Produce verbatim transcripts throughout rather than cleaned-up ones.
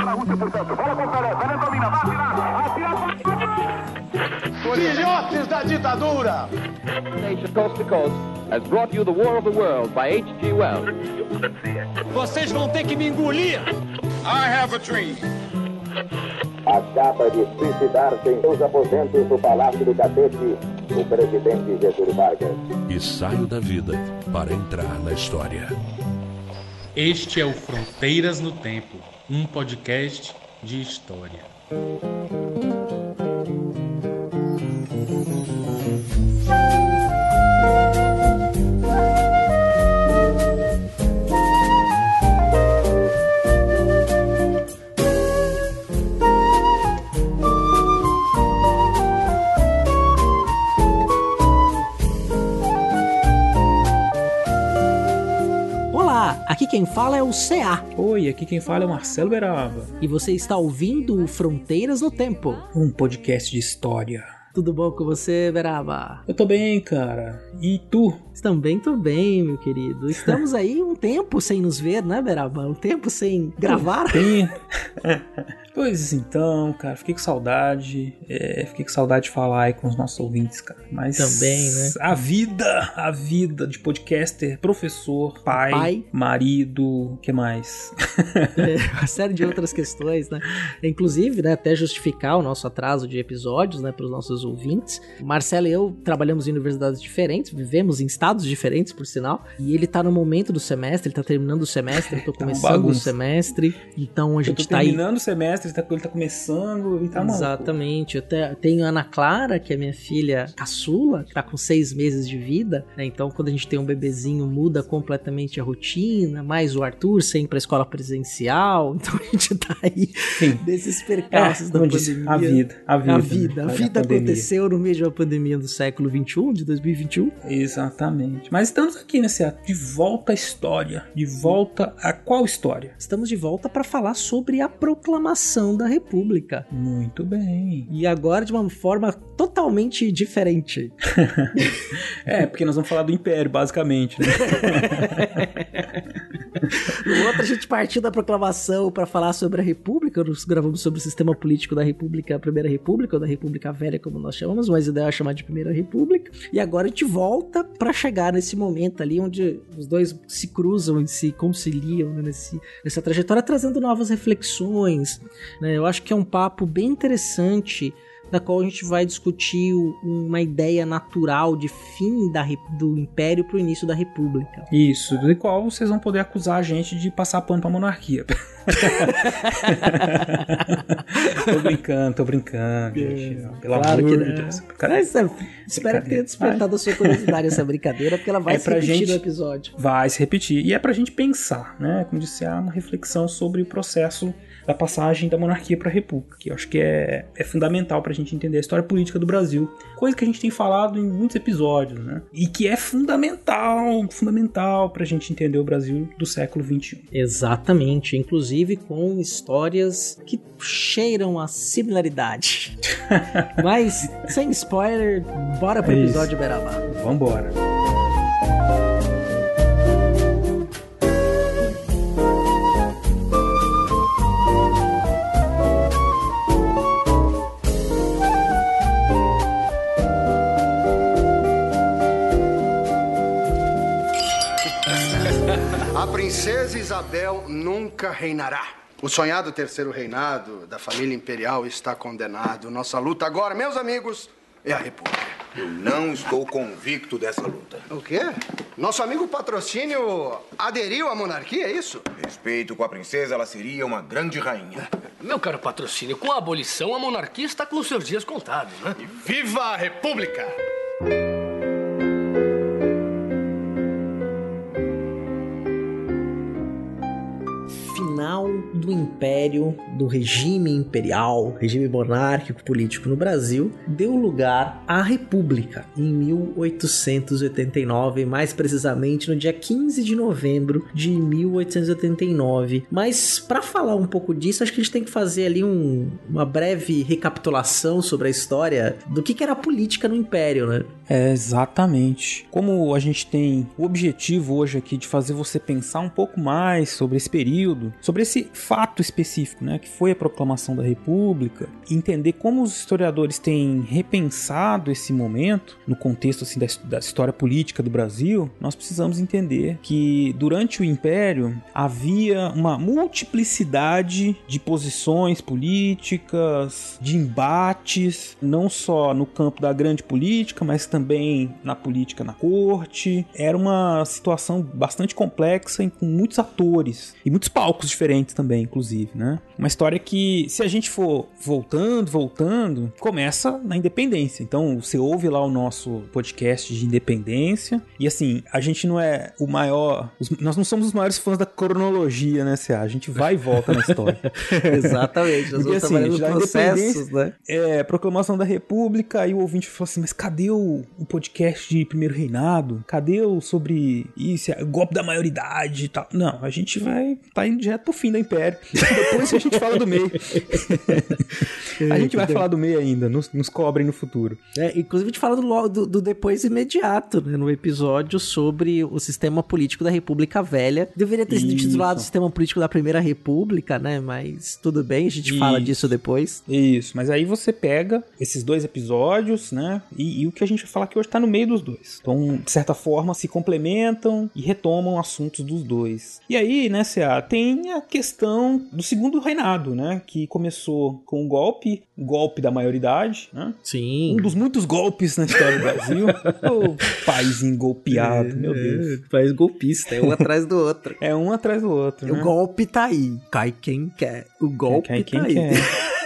na Rússia, portanto. Bola com o Pelé. Pelé domina. Vai atirar. Atira. Filhotes da ditadura. Nation Coast to Coast has brought you The War of the World by H G Wells. Vocês vão ter que me engolir. I have a dream. Acaba de suicidar-se em seus aposentos do Palácio do Catete, o presidente Getúlio Vargas. E saio da vida para entrar na história. Este é o Fronteiras no Tempo, um podcast de história. Aqui quem fala é o C A. Oi, aqui quem fala é o Marcelo Beraba. E você está ouvindo Fronteiras no Tempo, um podcast de história. Tudo bom com você, Beraba? Eu tô bem, cara. E tu? Também tô bem, meu querido. Estamos aí um tempo sem nos ver, né, Beraba? Um tempo sem gravar. Sim. Pois então, cara, fiquei com saudade. É, fiquei com saudade de falar aí com os nossos ouvintes, cara. Mas também, né? A vida, a vida de podcaster, professor, pai, pai. marido, o que mais? É, uma série de outras questões, né? Inclusive, né, até justificar o nosso atraso de episódios, né, para os nossos ouvintes. Marcelo e eu trabalhamos em universidades diferentes, vivemos em estados diferentes, por sinal. E ele tá no momento do semestre, ele tá terminando o semestre, eu tô começando o semestre. Então a gente eu tô tá aí. Terminando o semestre. Ele tá, ele tá começando, ele tá Exatamente. Eu te, tenho a Ana Clara, que é minha filha caçula, que tá com seis meses de vida, né? Então quando a gente tem um bebezinho muda completamente a rotina, mais o Arthur sem ir pra escola presencial, então a gente tá aí Sim. desses percalços é, da pandemia. Disse, a vida, a vida. A vida, né? a vida aconteceu no meio de uma pandemia do século vinte e um, de dois mil e vinte e um. Exatamente. Mas estamos aqui, né, Cé? De volta à história. De volta a qual história? Estamos de volta para falar sobre a proclamação da República. Muito bem. E agora de uma forma totalmente diferente. É, porque nós vamos falar do Império, basicamente, né? No outro a gente partiu da proclamação para falar sobre a República. Nós gravamos sobre o sistema político da República, a Primeira República, ou da República Velha, como nós chamamos, mas a ideia é chamar de Primeira República. E agora a gente volta para chegar nesse momento ali onde os dois se cruzam e se conciliam, né, nesse, nessa trajetória, trazendo novas reflexões. Né? Eu acho que é um papo bem interessante, da qual a gente vai discutir uma ideia natural de fim da, do Império para o início da República. Isso, do qual vocês vão poder acusar a gente de passar pano para a monarquia. Tô brincando, tô brincando, gente. Pelo claro amor que de não. Deus. Mas, é, espero que tenha despertado a sua curiosidade essa brincadeira, porque ela vai é se repetir gente, no episódio. Vai se repetir. E é pra gente pensar, né? Como disse, há uma reflexão sobre o processo da passagem da monarquia para a república, que eu acho que é, é fundamental para a gente entender a história política do Brasil, coisa que a gente tem falado em muitos episódios, né? E que é fundamental, fundamental para a gente entender o Brasil do século vinte e um. Exatamente, inclusive com histórias que cheiram a similaridade. Mas, sem spoiler, bora pro é episódio Beraba. Vambora. A princesa Isabel nunca reinará. O sonhado terceiro reinado da família imperial está condenado. Nossa luta agora, meus amigos, é a República. Eu não estou convicto dessa luta. O quê? Nosso amigo Patrocínio aderiu à monarquia, é isso? Respeito com a princesa, ela seria uma grande rainha. Meu caro Patrocínio, com a abolição, a monarquia está com os seus dias contados, né? E viva a República! Final do Império, do regime imperial, regime monárquico político no Brasil, deu lugar à República em mil oitocentos e oitenta e nove, mais precisamente no dia quinze de novembro de mil oitocentos e oitenta e nove. Mas para falar um pouco disso, acho que a gente tem que fazer ali um, uma breve recapitulação sobre a história do que, que era a política no Império, né? É, exatamente. Como a gente tem o objetivo hoje aqui de fazer você pensar um pouco mais sobre esse período, sobre esse fato específico, né, que foi a proclamação da República, e entender como os historiadores têm repensado esse momento no contexto assim, da, da história política do Brasil, nós precisamos entender que durante o Império havia uma multiplicidade de posições políticas, de embates, não só no campo da grande política, mas também na política na corte. Era uma situação bastante complexa e com muitos atores e muitos palcos diferentes também, inclusive, né? Uma história que, se a gente for voltando, voltando, começa na independência. Então, você ouve lá o nosso podcast de independência e, assim, a gente não é o maior... Os, nós não somos os maiores fãs da cronologia, né, C A? A gente vai e volta na história. Exatamente. Nós Porque, vamos assim, trabalhando processos, né? É, proclamação da República, aí o ouvinte falou assim, mas cadê o, o podcast de Primeiro Reinado? Cadê o sobre isso, o golpe da maioridade e tal? Não, a gente vai tá indo direto pro fim do Império. Depois a gente fala do meio. A gente vai falar do meio ainda, nos, nos cobrem no futuro. É, inclusive a gente fala do, do, do depois imediato, né, no episódio sobre o sistema político da República Velha. Deveria ter sido titulado Sistema Político da Primeira República, né, mas tudo bem, a gente Isso. fala disso depois. Isso, mas aí você pega esses dois episódios, né, e, e o que a gente vai falar aqui hoje tá no meio dos dois. Então, de certa forma, se complementam e retomam assuntos dos dois. E aí, né, C A, tem a questão do segundo reinado, né, que começou com o golpe, o golpe da maioridade, né? Sim. Um dos muitos golpes na história do Brasil. O país engolpeado, é, meu Deus. É, país golpista, é um atrás do outro. É um atrás do outro, né? O golpe tá aí, cai quem quer. O golpe cai tá quem aí. Quer.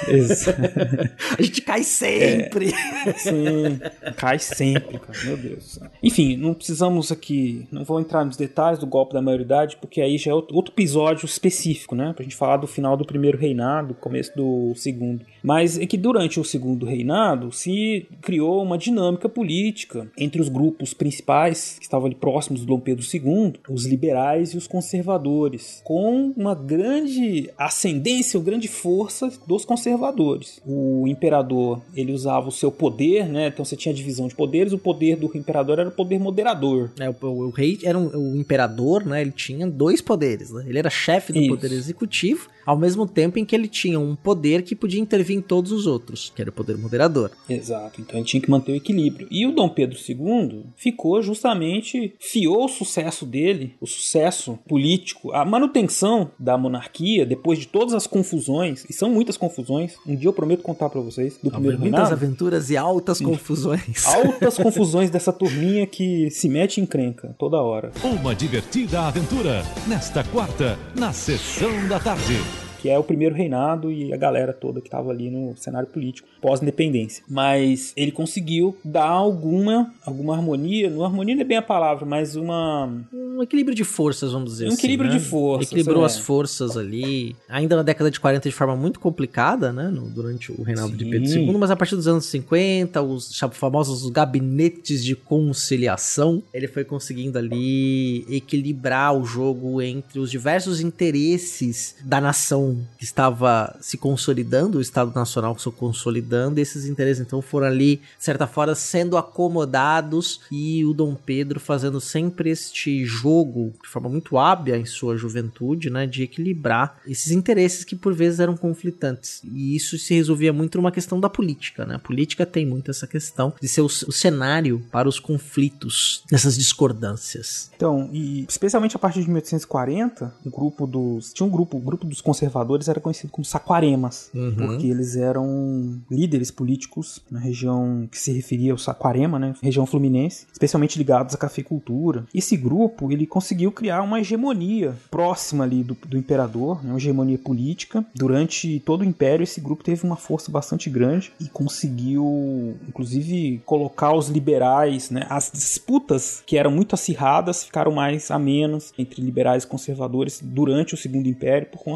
A gente cai sempre. É, sim, cai sempre, cara. Meu Deus. Enfim, não precisamos aqui, não vou entrar nos detalhes do golpe da maioridade, porque aí já é outro episódio específico, né? Pra gente falar do final do primeiro reinado, começo do segundo. Mas é que durante o segundo reinado se criou uma dinâmica política entre os grupos principais que estavam ali próximos do Dom Pedro segundo, os liberais e os conservadores, com uma grande ascendência, uma grande força dos conservadores. O imperador, ele usava o seu poder, né? Então você tinha divisão de poderes, o poder do imperador era o poder moderador. É, o, o, o rei era um, o imperador, né? Ele tinha dois poderes, né? Ele era chefe do Isso. poder executivo, ao mesmo tempo em que ele tinha um poder que podia intervir em todos os outros, que era o poder moderador. Exato, então ele tinha que manter o equilíbrio. E o Dom Pedro segundo ficou justamente, fiou o sucesso dele, o sucesso político, a manutenção da monarquia, depois de todas as confusões, e são muitas confusões, um dia eu prometo contar pra vocês, do primeiro reinado. Muitas aventuras e altas confusões. Altas confusões dessa turminha que se mete em crenca toda hora. Uma divertida aventura, nesta quarta, na Sessão da Tarde. Que é o primeiro reinado e a galera toda que estava ali no cenário político pós-independência. Mas ele conseguiu dar alguma, alguma harmonia, não harmonia não é bem a palavra, mas uma... Um equilíbrio de forças, vamos dizer um assim. Um equilíbrio né? de forças. Equilibrou é. as forças ali, ainda na década de quarenta de forma muito complicada, né, no, durante o reinado Sim. de Pedro segundo, mas a partir dos anos cinquenta, os famosos gabinetes de conciliação, ele foi conseguindo ali equilibrar o jogo entre os diversos interesses da nação que estava se consolidando, o Estado Nacional se consolidando, e esses interesses então foram ali, de certa forma, sendo acomodados, e o Dom Pedro fazendo sempre este jogo, de forma muito hábil em sua juventude, né, de equilibrar esses interesses que por vezes eram conflitantes. E isso se resolvia muito numa questão da política, né? A política tem muito essa questão de ser o, o cenário para os conflitos, essas discordâncias. Então, e especialmente a partir de mil oitocentos e quarenta, o grupo dos... Tinha um grupo, o grupo dos conservadores era conhecido como Saquaremas, uhum. porque eles eram líderes políticos na região que se referia ao Saquarema, né, região fluminense, especialmente ligados à cafeicultura. Esse grupo, ele conseguiu criar uma hegemonia próxima ali do, do imperador, né, uma hegemonia política. Durante todo o império, esse grupo teve uma força bastante grande e conseguiu, inclusive, colocar os liberais, né, as disputas que eram muito acirradas ficaram mais amenas entre liberais e conservadores durante o Segundo Império por conta dessa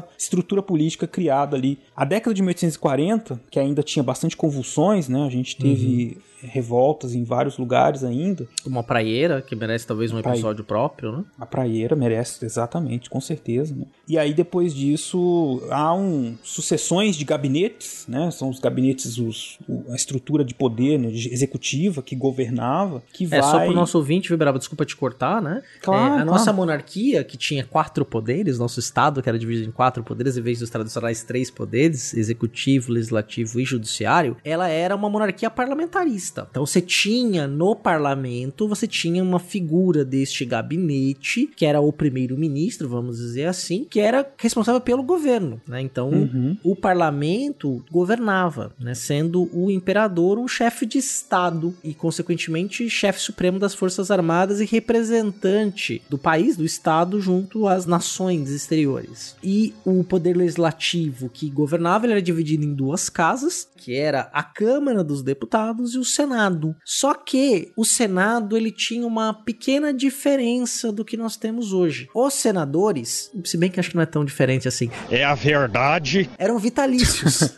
estrutura política criada ali. A década de mil oitocentos e quarenta, que ainda tinha bastante convulsões, né? A gente teve uhum. revoltas em vários lugares ainda. Uma praieira, que merece talvez um episódio próprio, né? A praieira merece, exatamente, com certeza, né? E aí depois disso há um, sucessões de gabinetes, né? São os gabinetes, os, a estrutura de poder, né? executiva que governava, que vai... É, só pro nosso ouvinte, Vibrava, desculpa te cortar, né? Claro, é, a claro. nossa monarquia, que tinha quatro poderes, nosso estado, que era dividido em quatro poderes, em vez dos tradicionais três poderes, executivo, legislativo e judiciário, ela era uma monarquia parlamentarista. Então você tinha no parlamento, você tinha uma figura deste gabinete, que era o primeiro-ministro, vamos dizer assim, que era responsável pelo governo, né? Então uhum. o parlamento governava, né? Sendo o imperador um chefe de estado e, consequentemente, chefe supremo das Forças Armadas e representante do país, do estado, junto às nações exteriores. E o poder legislativo que governava, ele era dividido em duas casas, que era a Câmara dos Deputados e o Senado. Só que o Senado, ele tinha uma pequena diferença do que nós temos hoje. Os senadores, se bem que acho que não é tão diferente assim. É a verdade. Eram vitalícios.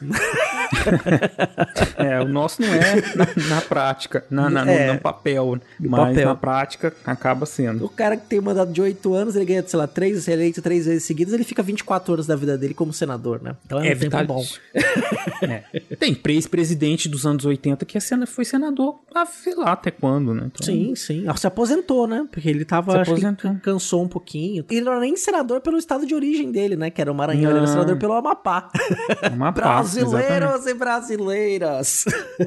É, o nosso não é na, na prática, na, na, é, no, no papel, no mas papel. Na prática acaba sendo. O cara que tem um mandato de oito anos, ele ganha, sei lá, três eleitos três vezes seguidas, ele fica vinte e quatro anos da vida dele como senador, né? Então é, é um tempo bom. É. Tem ex-presidente dos anos oitenta que foi senador, ah, sei lá até quando, né? Então... Sim, sim. Se aposentou, né? Porque ele tava, acho que cansou um pouquinho. Ele não era nem senador pelo estado de origem dele, né? Que era o Maranhão, não. Ele era senador pelo Amapá. Amapá, brasileiros e brasileiras.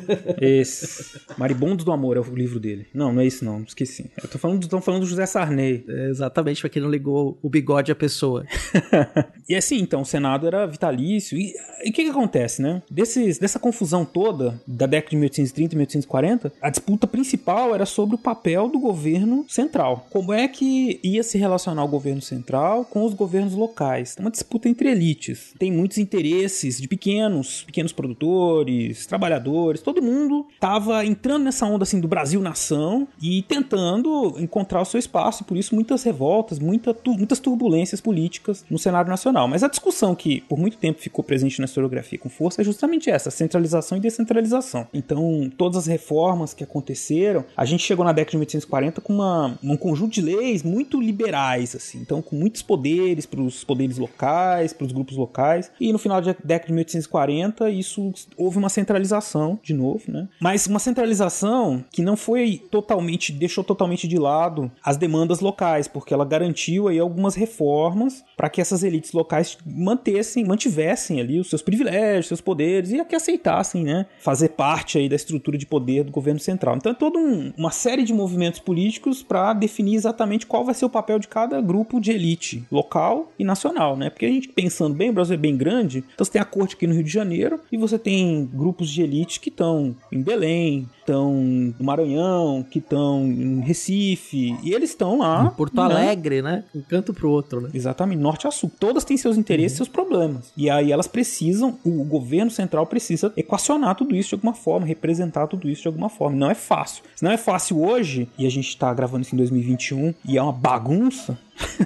Esse. Maribondo do Amor é o livro dele. Não, não é isso não, esqueci. Eu tô falando, tô falando do José Sarney. É, exatamente, pra quem não ligou o bigode à pessoa. E assim, então, o Senado era vitalício. E o que que acontece, né? Desses, dessa confusão toda, da década de mil oitocentos e trinta e mil oitocentos e quarenta, a disputa principal era sobre o papel do governo central. Como é que ia se relacionar o governo central com os governos locais? Uma disputa entre elites. Tem muitos interesses de pequenos, pequenos produtores, trabalhadores, todo mundo estava entrando nessa onda assim do Brasil-nação e tentando encontrar o seu espaço, e por isso muitas revoltas, muita, tu, muitas turbulências políticas no cenário nacional. Mas a discussão que por muito tempo ficou presente na historiografia com força é justamente essa, centralização e descentralização. Então, todas as reformas que aconteceram, a gente chegou na década de mil oitocentos e quarenta com uma, um conjunto de leis muito liberais, assim, então com muitos poderes para os poderes locais, para os grupos locais, e no final da década de mil oitocentos e quarenta isso houve uma centralização de novo, né? Mas uma centralização que não foi totalmente, deixou totalmente de lado as demandas locais, porque ela garantiu aí algumas reformas para que essas elites locais mantessem, mantivessem ali os seus privilégios, seus poderes, e que aceitassem, né, fazer parte aí da estrutura de poder do governo central. Então é toda um, uma série de movimentos políticos para definir exatamente qual vai ser o papel de cada grupo de elite local e nacional, né? Porque a gente pensando bem, o Brasil é bem grande, então você tem a corte aqui no Rio de Janeiro e você tem grupos de elite que estão em Belém, estão no Maranhão, que estão em Recife, e eles estão lá... Em Porto Alegre, né? né? Um canto pro outro, né? Exatamente, norte a sul. Todas têm seus interesses e uhum. seus problemas. E aí elas precisam, o governo central precisa equacionar tudo isso de alguma forma, representar tudo isso de alguma forma. Não é fácil. Se não é fácil hoje, e a gente tá gravando isso em dois mil e vinte e um, e é uma bagunça...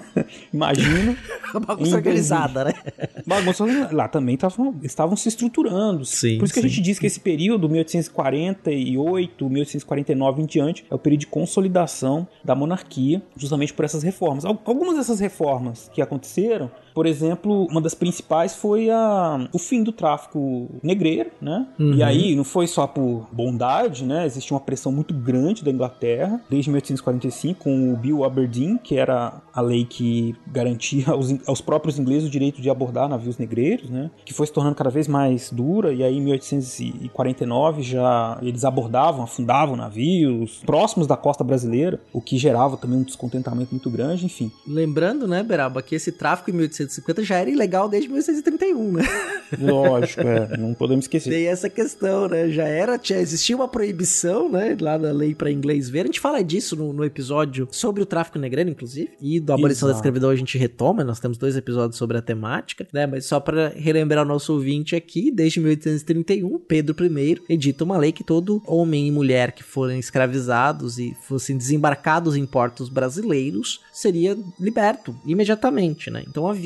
Imagina. Bagunça organizada, né? Bagunça lá também tavam, estavam se estruturando. Sim, Por isso que sim. a gente diz que esse período, mil oitocentos e quarenta e oito, mil oitocentos e quarenta e nove em diante, é o período de consolidação da monarquia, justamente por essas reformas. Algumas dessas reformas que aconteceram, por exemplo, uma das principais foi a, o fim do tráfico negreiro, né? Uhum. E aí não foi só por bondade, né? Existia uma pressão muito grande da Inglaterra, desde mil oitocentos e quarenta e cinco, com o Bill Aberdeen, que era a lei que garantia aos, aos próprios ingleses o direito de abordar navios negreiros, né? Que foi se tornando cada vez mais dura, e aí em mil oitocentos e quarenta e nove já eles abordavam, afundavam navios próximos da costa brasileira, o que gerava também um descontentamento muito grande, enfim. Lembrando, né, Beraba, que esse tráfico em mil oitocentos e cinquenta já era ilegal desde mil oitocentos e trinta e um, né? Lógico, é, não podemos esquecer. Tem essa questão, né? Já era, tinha, existia uma proibição, né, lá da lei para inglês ver. A gente fala disso no, no episódio sobre o tráfico negreiro, inclusive, e da abolição Exato. da escravidão a gente retoma, nós temos dois episódios sobre a temática, né? Mas só para relembrar o nosso ouvinte aqui, desde mil oitocentos e trinta e um, Pedro I edita uma lei que todo homem e mulher que forem escravizados e fossem desembarcados em portos brasileiros seria liberto imediatamente, né? Então havia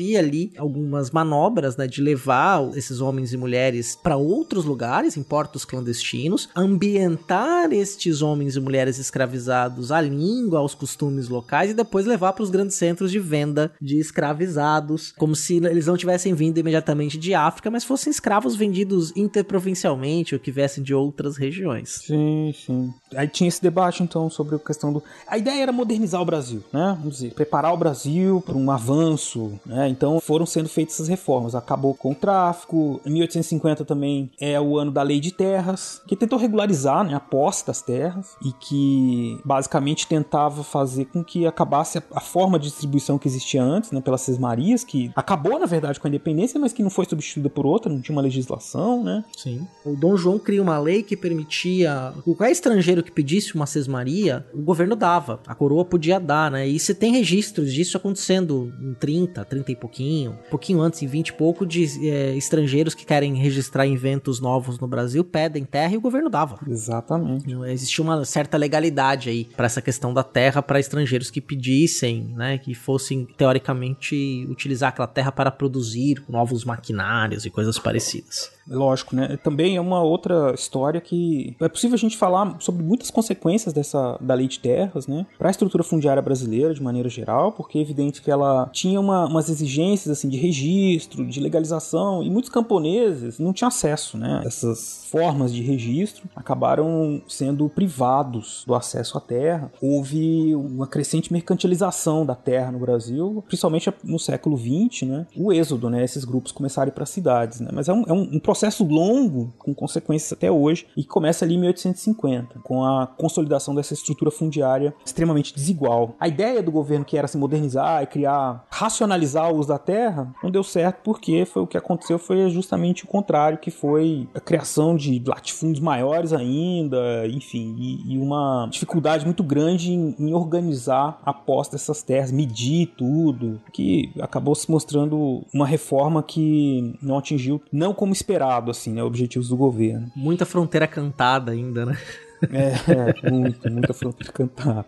havia ali algumas manobras, né, de levar esses homens e mulheres para outros lugares, em portos clandestinos, ambientar estes homens e mulheres escravizados à língua, aos costumes locais e depois levar para os grandes centros de venda de escravizados, como se eles não tivessem vindo imediatamente de África, mas fossem escravos vendidos interprovincialmente ou que viessem de outras regiões. Sim, sim. Aí tinha esse debate, então, sobre a questão do... A ideia era modernizar o Brasil, né? Vamos dizer, preparar o Brasil para um avanço, né? Então foram sendo feitas essas reformas. Acabou com o tráfico. Em mil oitocentos e cinquenta também é o ano da Lei de Terras, que tentou regularizar, né, a posse das terras e que basicamente tentava fazer com que acabasse a, a forma de distribuição que existia antes, né, pelas sesmarias, que acabou, na verdade, com a independência, mas que não foi substituída por outra, não tinha uma legislação, né? Sim. O Dom João cria uma lei que permitia... Qualquer estrangeiro que pedisse uma sesmaria, o governo dava. A coroa podia dar, né? E você tem registros disso acontecendo em trinta, trinta e pouquinho, um pouquinho antes, em vinte e pouco, de é, estrangeiros que querem registrar inventos novos no Brasil, pedem terra e o governo dava. Exatamente. Existia uma certa legalidade aí para essa questão da terra para estrangeiros que pedissem, né? Que fossem, teoricamente, utilizar aquela terra para produzir novos maquinários e coisas parecidas. Lógico, né? Também é uma outra história que é possível a gente falar sobre muitas consequências dessa, da Lei de Terras, né? Para a estrutura fundiária brasileira de maneira geral, porque é evidente que ela tinha uma, umas exigências assim de registro, de legalização, e muitos camponeses não tinham acesso, né? Essas formas de registro acabaram sendo privados do acesso à terra. Houve uma crescente mercantilização da terra no Brasil, principalmente no século vinte, né? O êxodo, né? Esses grupos começaram a ir para cidades, né? Mas é um, é um, um processo longo, com consequências até hoje, e que começa ali em mil oitocentos e cinquenta, com a consolidação dessa estrutura fundiária extremamente desigual. A ideia do governo, que era se modernizar e criar, racionalizar o uso da terra, não deu certo, porque foi o que aconteceu foi justamente o contrário, que foi a criação de latifúndios maiores ainda, enfim, e, e uma dificuldade muito grande em, em organizar a posse dessas terras, medir tudo, que acabou se mostrando uma reforma que não atingiu, não como esperado, assim, né, objetivos do governo. Muita fronteira cantada ainda, né? É, é muito, muita fronteira cantada.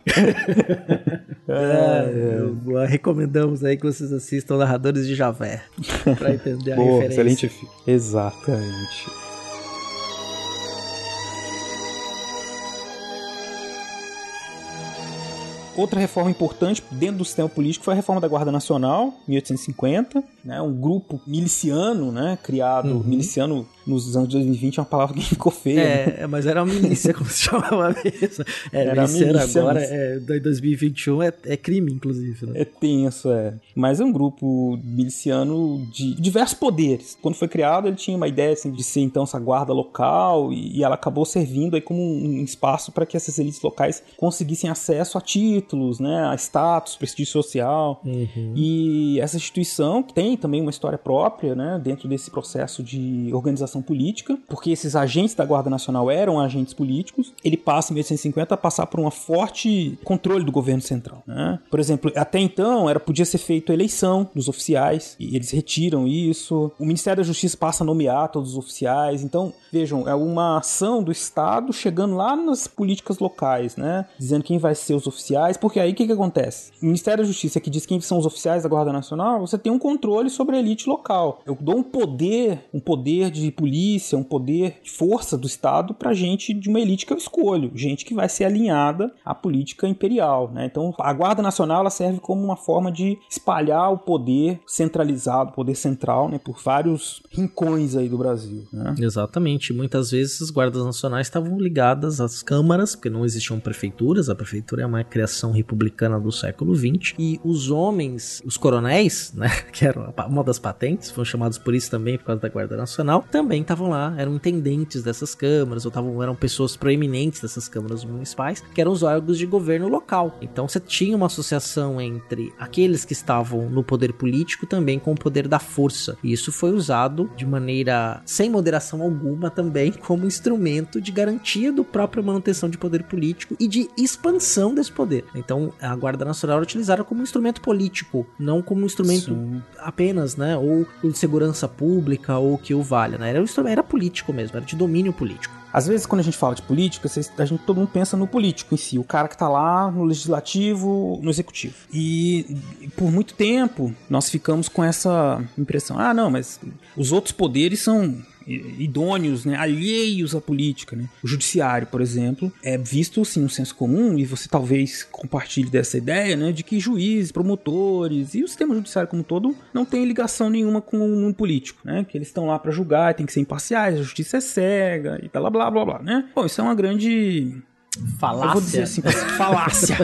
é, é. Recomendamos aí que vocês assistam Narradores de Javé pra entender a Boa, referência. Excelente filme. Exatamente. Outra reforma importante dentro do sistema político foi a reforma da Guarda Nacional, mil oitocentos e cinquenta, né, um grupo miliciano, né, criado, uhum. miliciano nos anos de dois mil e vinte é uma palavra que ficou feia. É, né? mas era uma milícia, como se chamava mesmo. É, era milícia agora, é, em dois mil e vinte e um é, é crime, inclusive. Né? É tenso, é. Mas é um grupo miliciano de diversos poderes. Quando foi criado, ele tinha uma ideia assim, de ser, então, essa guarda local, e, e ela acabou servindo aí como um, um espaço para que essas elites locais conseguissem acesso a títulos, né, a status, prestígio social. Uhum. E essa instituição, que tem também uma história própria, né, dentro desse processo de organização política, porque esses agentes da Guarda Nacional eram agentes políticos, ele passa em mil oitocentos e cinquenta a passar por um forte controle do governo central, né? Por exemplo, até então era, podia ser feita a eleição dos oficiais, e eles retiram isso, o Ministério da Justiça passa a nomear todos os oficiais, então, vejam, é uma ação do Estado chegando lá nas políticas locais, né? Dizendo quem vai ser os oficiais, porque aí o que que acontece? O Ministério da Justiça que diz quem são os oficiais da Guarda Nacional, você tem um controle sobre a elite local. Eu dou um poder, um poder de polícia, um poder de força do Estado pra gente de uma elite que eu escolho, gente que vai ser alinhada à política imperial, né? Então a Guarda Nacional ela serve como uma forma de espalhar o poder centralizado, o poder central, né, por vários rincões aí do Brasil, né? Exatamente, muitas vezes as guardas nacionais estavam ligadas às câmaras, porque não existiam prefeituras, a prefeitura é uma criação republicana do século vinte, e os homens, os coronéis, né, que eram uma das patentes, foram chamados por isso também por causa da Guarda Nacional, também estavam lá, eram intendentes dessas câmaras, ou tavam, eram pessoas proeminentes dessas câmaras municipais, que eram os órgãos de governo local. Então você tinha uma associação entre aqueles que estavam no poder político também com o poder da força. E isso foi usado de maneira sem moderação alguma também como instrumento de garantia do próprio manutenção de poder político e de expansão desse poder. Então a Guarda Nacional era utilizada como instrumento político, não como um instrumento Sim. apenas, né, ou de segurança pública ou que o valha, né? Era, um instrumento, era político mesmo, era de domínio político. Às vezes, quando a gente fala de política, a gente, todo mundo pensa no político em si, o cara que tá lá no legislativo, no executivo. E por muito tempo, nós ficamos com essa impressão, ah, não, mas os outros poderes são idôneos, né, alheios à política, né? O judiciário, por exemplo, é visto assim no senso comum, e você talvez compartilhe dessa ideia, né, de que juízes, promotores e o sistema judiciário como um todo não tem ligação nenhuma com um político, né, que eles estão lá para julgar, tem que ser imparciais, a justiça é cega e blá blá blá blá, né? Bom, isso é uma grande falácia. Eu vou dizer assim, falácia.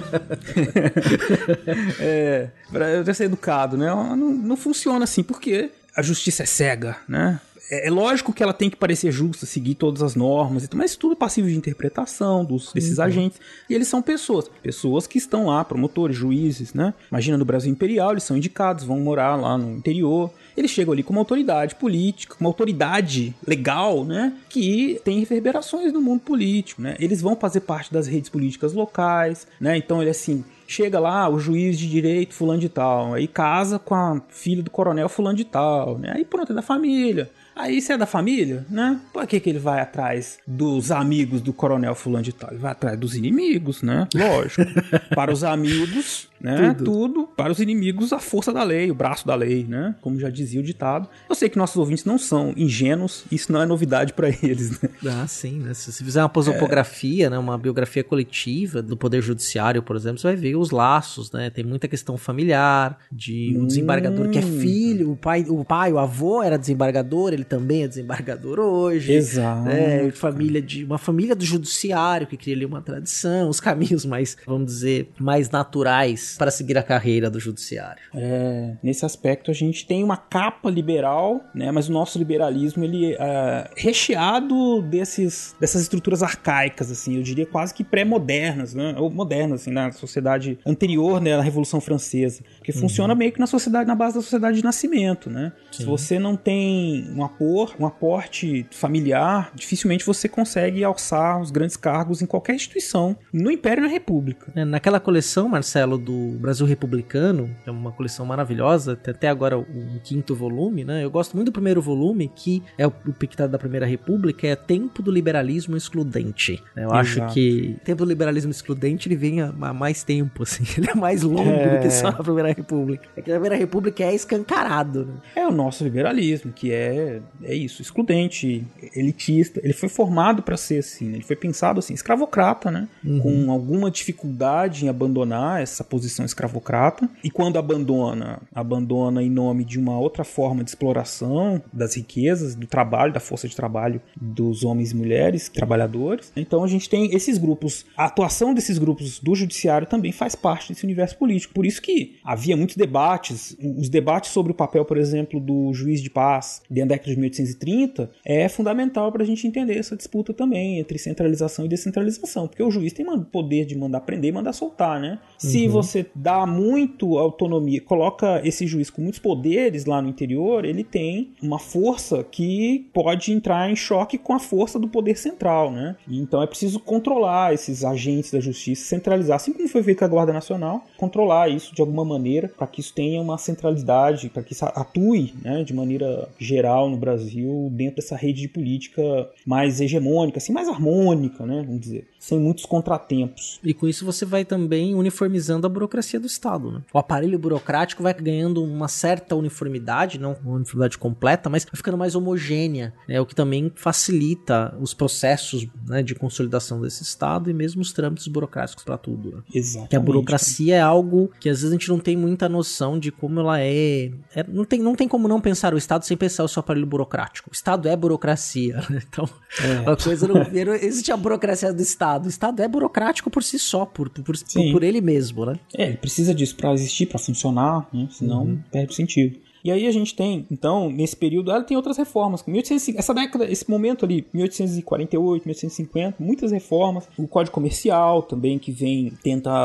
É, para eu ter sido educado, né? Não, não funciona assim, porque a justiça é cega, né? É lógico que ela tem que parecer justa, seguir todas as normas, mas tudo é passível de interpretação dos, desses uhum. agentes. E eles são pessoas, pessoas que estão lá, promotores, juízes, né? Imagina no Brasil Imperial, eles são indicados, vão morar lá no interior. Eles chegam ali com uma autoridade política, uma autoridade legal, né? Que tem reverberações no mundo político, né? Eles vão fazer parte das redes políticas locais, né? Então ele assim... Chega lá o juiz de direito fulano de tal, aí casa com a filha do coronel fulano de tal, né? Aí pronto, é da família. Aí se é da família, né? Por que que ele vai atrás dos amigos do coronel fulano de tal? Ele vai atrás dos inimigos, né? Lógico. Para os amigos, né? Tudo. Tudo. Para os inimigos, a força da lei, o braço da lei, né? Como já dizia o ditado. Eu sei que nossos ouvintes não são ingênuos, isso não é novidade para eles, né? Ah, sim, né? Se você fizer uma prosopografia, é... né? Uma biografia coletiva do Poder Judiciário, por exemplo, você vai ver os laços, né? Tem muita questão familiar, de um hum... desembargador que é filho, o pai, o pai, o avô era desembargador, ele também é desembargador hoje. Exato. Né? Família de, uma família do judiciário que cria ali uma tradição, os caminhos mais, vamos dizer, mais naturais para seguir a carreira do judiciário. É, nesse aspecto a gente tem uma capa liberal, né? Mas o nosso liberalismo ele é recheado desses, dessas estruturas arcaicas, assim, eu diria quase que pré-modernas, né? Ou modernas, assim, na sociedade anterior, né, à Revolução Francesa, que uhum. funciona meio que na sociedade, na base da sociedade de nascimento, né? Sim. Se você não tem um apor, um aporte familiar, dificilmente você consegue alçar os grandes cargos em qualquer instituição, no Império e na República. É, naquela coleção, Marcelo, do Brasil Republicano, é uma coleção maravilhosa, tem até agora o um quinto volume, né? Eu gosto muito do primeiro volume, que é o, o pictado da Primeira República, é Tempo do Liberalismo Excludente. Eu Exato. acho que o Tempo do Liberalismo Excludente, ele vem há, há mais tempo, assim, ele é mais longo é... do que só a Primeira República. É que a Primeira República é escancarado, né? É o nosso liberalismo, que é, é isso, excludente, elitista. Ele foi formado para ser assim, né? Ele foi pensado assim, escravocrata, né? Uhum. Com alguma dificuldade em abandonar essa posição escravocrata, e quando abandona, abandona em nome de uma outra forma de exploração das riquezas, do trabalho, da força de trabalho dos homens e mulheres, trabalhadores. Então a gente tem esses grupos, a atuação desses grupos do judiciário também faz parte desse universo político, por isso que havia muitos debates, os debates sobre o papel, por exemplo, do juiz de paz dentro da década de mil oitocentos e trinta é fundamental para a gente entender essa disputa também entre centralização e descentralização, porque o juiz tem o poder de mandar prender e mandar soltar, né? Se uhum. você dá muito autonomia, coloca esse juiz com muitos poderes lá no interior, ele tem uma força que pode entrar em choque com a força do poder central, né? E então é preciso controlar esses agentes da justiça, centralizar, assim como foi feito com a Guarda Nacional, controlar isso de alguma maneira para que isso tenha uma centralidade, para que isso atue, né, de maneira geral no Brasil dentro dessa rede de política mais hegemônica, assim, mais harmônica, né, vamos dizer, sem muitos contratempos. E com isso você vai também uniformizando a burocracia do Estado, né? O aparelho burocrático vai ganhando uma certa uniformidade, não uma uniformidade completa, mas vai ficando mais homogênea, né? O que também facilita os processos, né, de consolidação desse Estado e mesmo os trâmites burocráticos para tudo, né? Exatamente. Que a burocracia é algo que às vezes a gente não tem muita noção de como ela é... é não, tem, não tem como não pensar o Estado sem pensar o seu aparelho burocrático. O Estado é burocracia, né? Então, é. a coisa não, não existe a burocracia do Estado. O Estado é burocrático por si só, por, por, por, por ele mesmo, né? É, ele precisa disso para existir, para funcionar, né? Senão uhum. perde o sentido. E aí a gente tem, então, nesse período, ela tem outras reformas. mil oitocentos e cinquenta, essa década, esse momento ali, mil oitocentos e quarenta e oito, mil oitocentos e cinquenta, muitas reformas. O Código Comercial também, que vem, tenta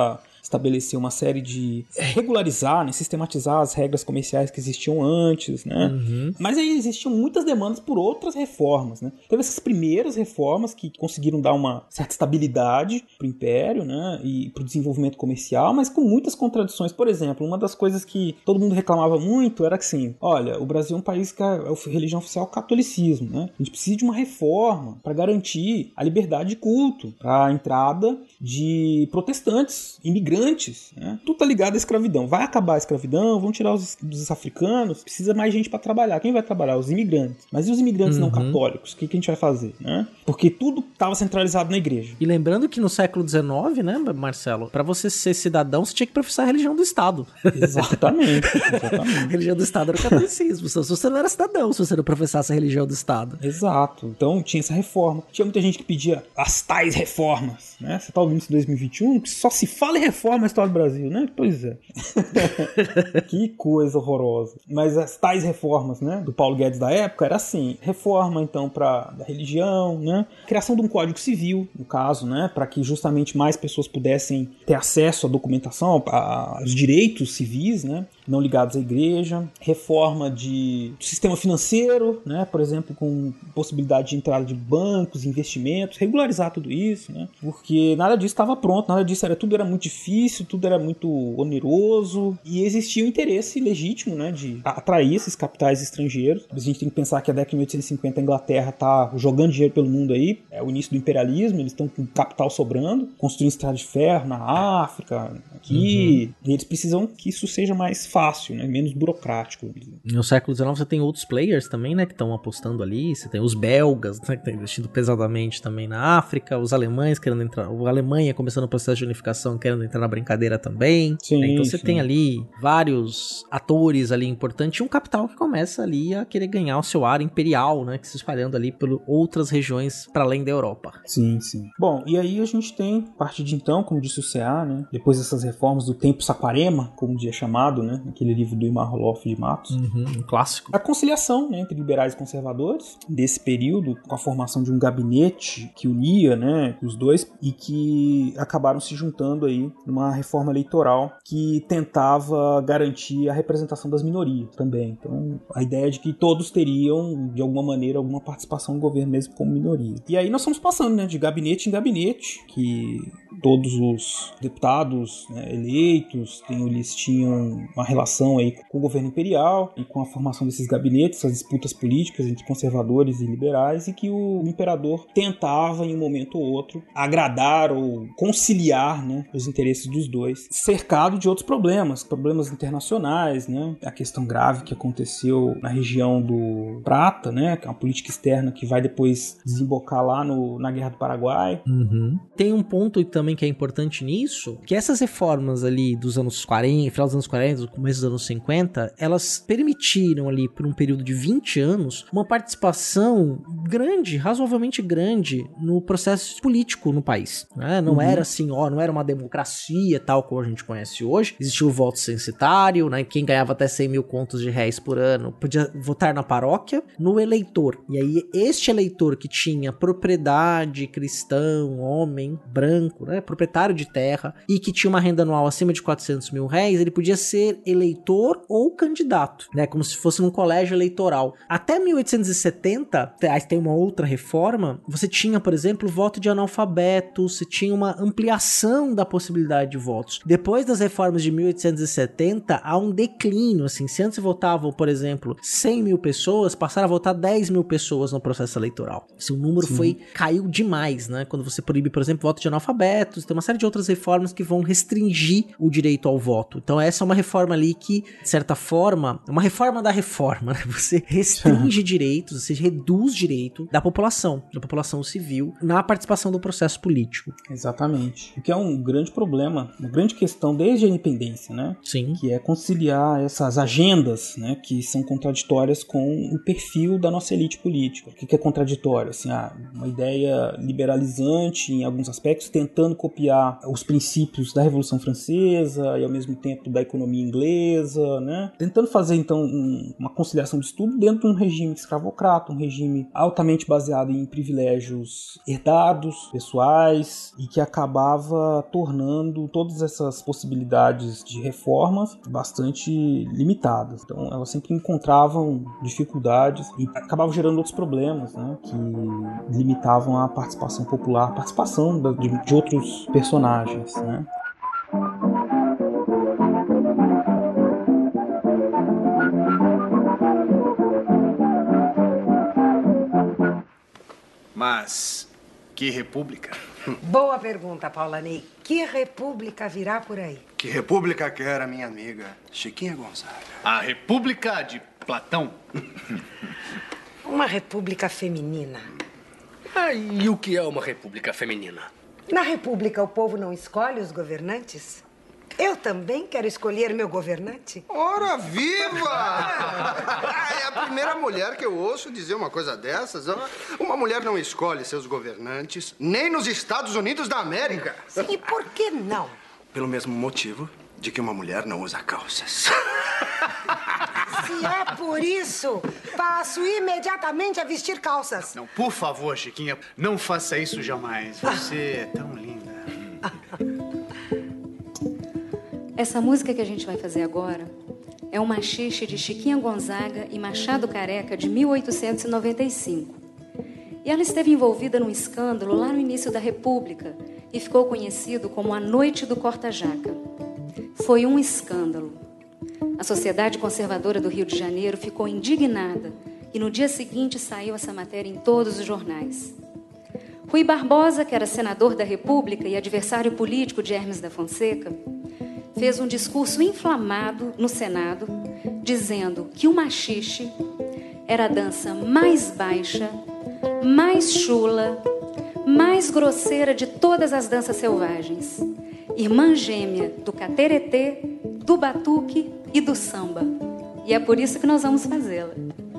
estabelecer uma série de... regularizar, né, sistematizar as regras comerciais que existiam antes, né? Uhum. Mas aí existiam muitas demandas por outras reformas, né? Teve essas primeiras reformas que conseguiram dar uma certa estabilidade pro Império, né, e pro desenvolvimento comercial, mas com muitas contradições. Por exemplo, uma das coisas que todo mundo reclamava muito era que, assim, olha, o Brasil é um país que a religião oficial é o catolicismo, né? A gente precisa de uma reforma para garantir a liberdade de culto, para a entrada de protestantes, imigrantes, né? Tudo tá ligado à escravidão. Vai acabar a escravidão, vão tirar os dos africanos, precisa mais gente para trabalhar. Quem vai trabalhar? Os imigrantes. Mas e os imigrantes uhum. não católicos? O que, que a gente vai fazer, né? Porque tudo estava centralizado na igreja. E lembrando que no século dezenove, né, Marcelo, para você ser cidadão, você tinha que professar a religião do Estado. Exatamente. exatamente. A religião do Estado era o catolicismo. Se você não era cidadão, se você não professasse a religião do Estado. Exato. Então tinha essa reforma. Tinha muita gente que pedia as tais reformas, né? Você tá ouvindo isso em dois mil e vinte e um? Que só se fala em reforma na história do Brasil, né? Pois é. Que coisa horrorosa. Mas as tais reformas, né, do Paulo Guedes da época era assim, reforma então para da religião, né? Criação de um código civil, no caso, né, para que justamente mais pessoas pudessem ter acesso à documentação, aos direitos civis, né, não ligados à igreja. Reforma de, do sistema financeiro, né, por exemplo, com possibilidade de entrada de bancos, investimentos, regularizar tudo isso, né, porque nada disso estava pronto, nada disso era, tudo era muito difícil, tudo era muito oneroso e existia um interesse legítimo, né, de atrair esses capitais estrangeiros. A gente tem que pensar que a década de mil oitocentos e cinquenta a Inglaterra está jogando dinheiro pelo mundo aí, é o início do imperialismo, eles estão com capital sobrando, construindo estrada de ferro na África, aqui, uhum. e eles precisam que isso seja mais fácil, né, menos burocrático. No século dezenove você tem outros players também, né, que estão apostando ali, você tem os belgas, né, que estão investindo pesadamente também na África, os alemães querendo entrar, a Alemanha começando o processo de unificação querendo entrar na brincadeira também. Sim, né? Então você sim. tem ali vários atores ali importantes e um capital que começa ali a querer ganhar o seu ar imperial, né, que se espalhando ali por outras regiões para além da Europa. Sim, sim. Bom, e aí a gente tem, a partir de então, como disse o C A, né, depois dessas reformas do tempo Saquarema, como dia chamado, né, aquele livro do Imar Roloff de Matos. Uhum, um clássico. A conciliação, né, entre liberais e conservadores, desse período, com a formação de um gabinete que unia, né, os dois, e que acabaram se juntando aí numa reforma eleitoral que tentava garantir a representação das minorias também. Então, a ideia de que todos teriam, de alguma maneira, alguma participação no governo mesmo como minoria. E aí nós fomos passando, né, de gabinete em gabinete, que todos os deputados, né, eleitos, tem, eles tinham uma relação aí com o governo imperial e com a formação desses gabinetes, as disputas políticas entre conservadores e liberais, e que o imperador tentava, em um momento ou outro, agradar ou conciliar, né, os interesses dos dois, cercado de outros problemas, problemas internacionais, né, a questão grave que aconteceu na região do Prata, né, que é uma política externa que vai depois desembocar lá no, na Guerra do Paraguai. Uhum. Tem um ponto também que é importante nisso, que essas reformas ali dos anos quarenta, final dos anos quarenta, começo dos anos cinquenta, elas permitiram ali por um período de vinte anos uma participação grande, razoavelmente grande no processo político no país, né? Não uhum. era assim, ó, não era uma democracia tal como a gente conhece hoje, existia o voto censitário, né? Quem ganhava até cem mil contos de réis por ano podia votar na paróquia, no eleitor, e aí este eleitor que tinha propriedade, cristão, homem, branco, né, proprietário de terra, e que tinha uma renda anual acima de quatrocentos mil réis, ele podia ser eleitor ou candidato, né, como se fosse num colégio eleitoral. Até mil oitocentos e setenta, aí tem uma outra reforma, você tinha, por exemplo, voto de analfabetos, você tinha uma ampliação da possibilidade de votos. Depois das reformas de mil oitocentos e setenta, há um declínio, assim, se antes votavam, por exemplo, cem mil pessoas, passaram a votar dez mil pessoas no processo eleitoral. Esse número Sim. foi, caiu demais, né, quando você proíbe, por exemplo, voto de analfabetos, tem uma série de outras reformas que vão restringir o direito ao voto. Então essa é uma reforma ali que, de certa forma, é uma reforma da reforma, né? Você restringe direitos, você reduz direito da população, da população civil, na participação do processo político. Exatamente. O que é um grande problema, uma grande questão desde a independência, né? Sim. Que é conciliar essas agendas, né, que são contraditórias com o perfil da nossa elite política. O que é contraditório? Assim, ah, uma ideia liberalizante em alguns aspectos, tentando copiar os princípios da Revolução Francesa e ao mesmo tempo da economia inglesa, inglesa, né? Tentando fazer, então, um, uma conciliação de tudo dentro de um regime escravocrata, um regime altamente baseado em privilégios herdados, pessoais, e que acabava tornando todas essas possibilidades de reformas bastante limitadas. Então, elas sempre encontravam dificuldades e acabavam gerando outros problemas, né? Que limitavam a participação popular, a participação de, de outros personagens, né? Mas que república? Boa pergunta, Paula Ney. Que república virá por aí? Que república quer a minha amiga Chiquinha Gonzaga? A República de Platão. Uma república feminina. Ah, e o que é uma república feminina? Na república, o povo não escolhe os governantes? Eu também quero escolher meu governante. Ora, viva! É a primeira mulher que eu ouço dizer uma coisa dessas. Uma mulher não escolhe seus governantes, nem nos Estados Unidos da América. Sim, e por que não? Pelo mesmo motivo de que uma mulher não usa calças. Se é por isso, passo imediatamente a vestir calças. Não, por favor, Chiquinha, não faça isso jamais. Você é tão linda. Essa música que a gente vai fazer agora é um machixe de Chiquinha Gonzaga e Machado Careca, de mil oitocentos e noventa e cinco. E ela esteve envolvida num escândalo lá no início da República e ficou conhecido como a Noite do Corta-Jaca. Foi um escândalo. A Sociedade Conservadora do Rio de Janeiro ficou indignada e no dia seguinte saiu essa matéria em todos os jornais. Rui Barbosa, que era senador da República e adversário político de Hermes da Fonseca, fez um discurso inflamado no Senado, dizendo que o machixe era a dança mais baixa, mais chula, mais grosseira de todas as danças selvagens, irmã gêmea do cateretê, do batuque e do samba. E é por isso que nós vamos fazê-la.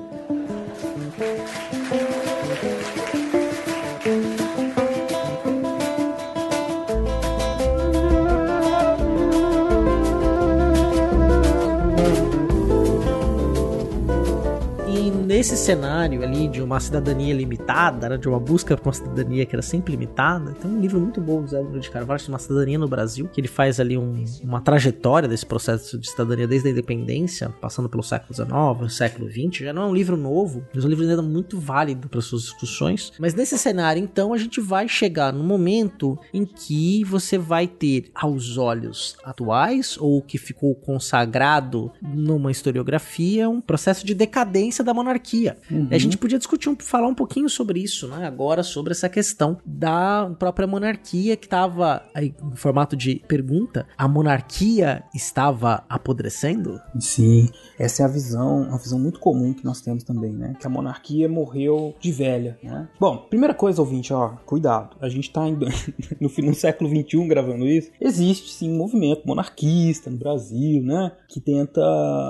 Nesse cenário ali de uma cidadania limitada, né, de uma busca por uma cidadania que era sempre limitada, tem um livro muito bom do Zé Bruno de Carvalho, Uma Cidadania no Brasil, que ele faz ali um, uma trajetória desse processo de cidadania desde a independência, passando pelo século dezenove, século vinte. Já não é um livro novo, mas é um livro ainda muito válido para suas discussões. Mas nesse cenário, então, a gente vai chegar no momento em que você vai ter, aos olhos atuais, ou que ficou consagrado numa historiografia, um processo de decadência da monarquia. Uhum. A gente podia discutir, um, falar um pouquinho sobre isso, né? Agora, sobre essa questão da própria monarquia que estava, em formato de pergunta, a monarquia estava apodrecendo? Sim, essa é a visão, uma visão muito comum que nós temos também, né? Que a monarquia morreu de velha, né? Bom, primeira coisa, ouvinte, ó, cuidado. A gente tá indo no, no século vinte e um gravando isso. Existe, sim, um movimento monarquista no Brasil, né? Que tenta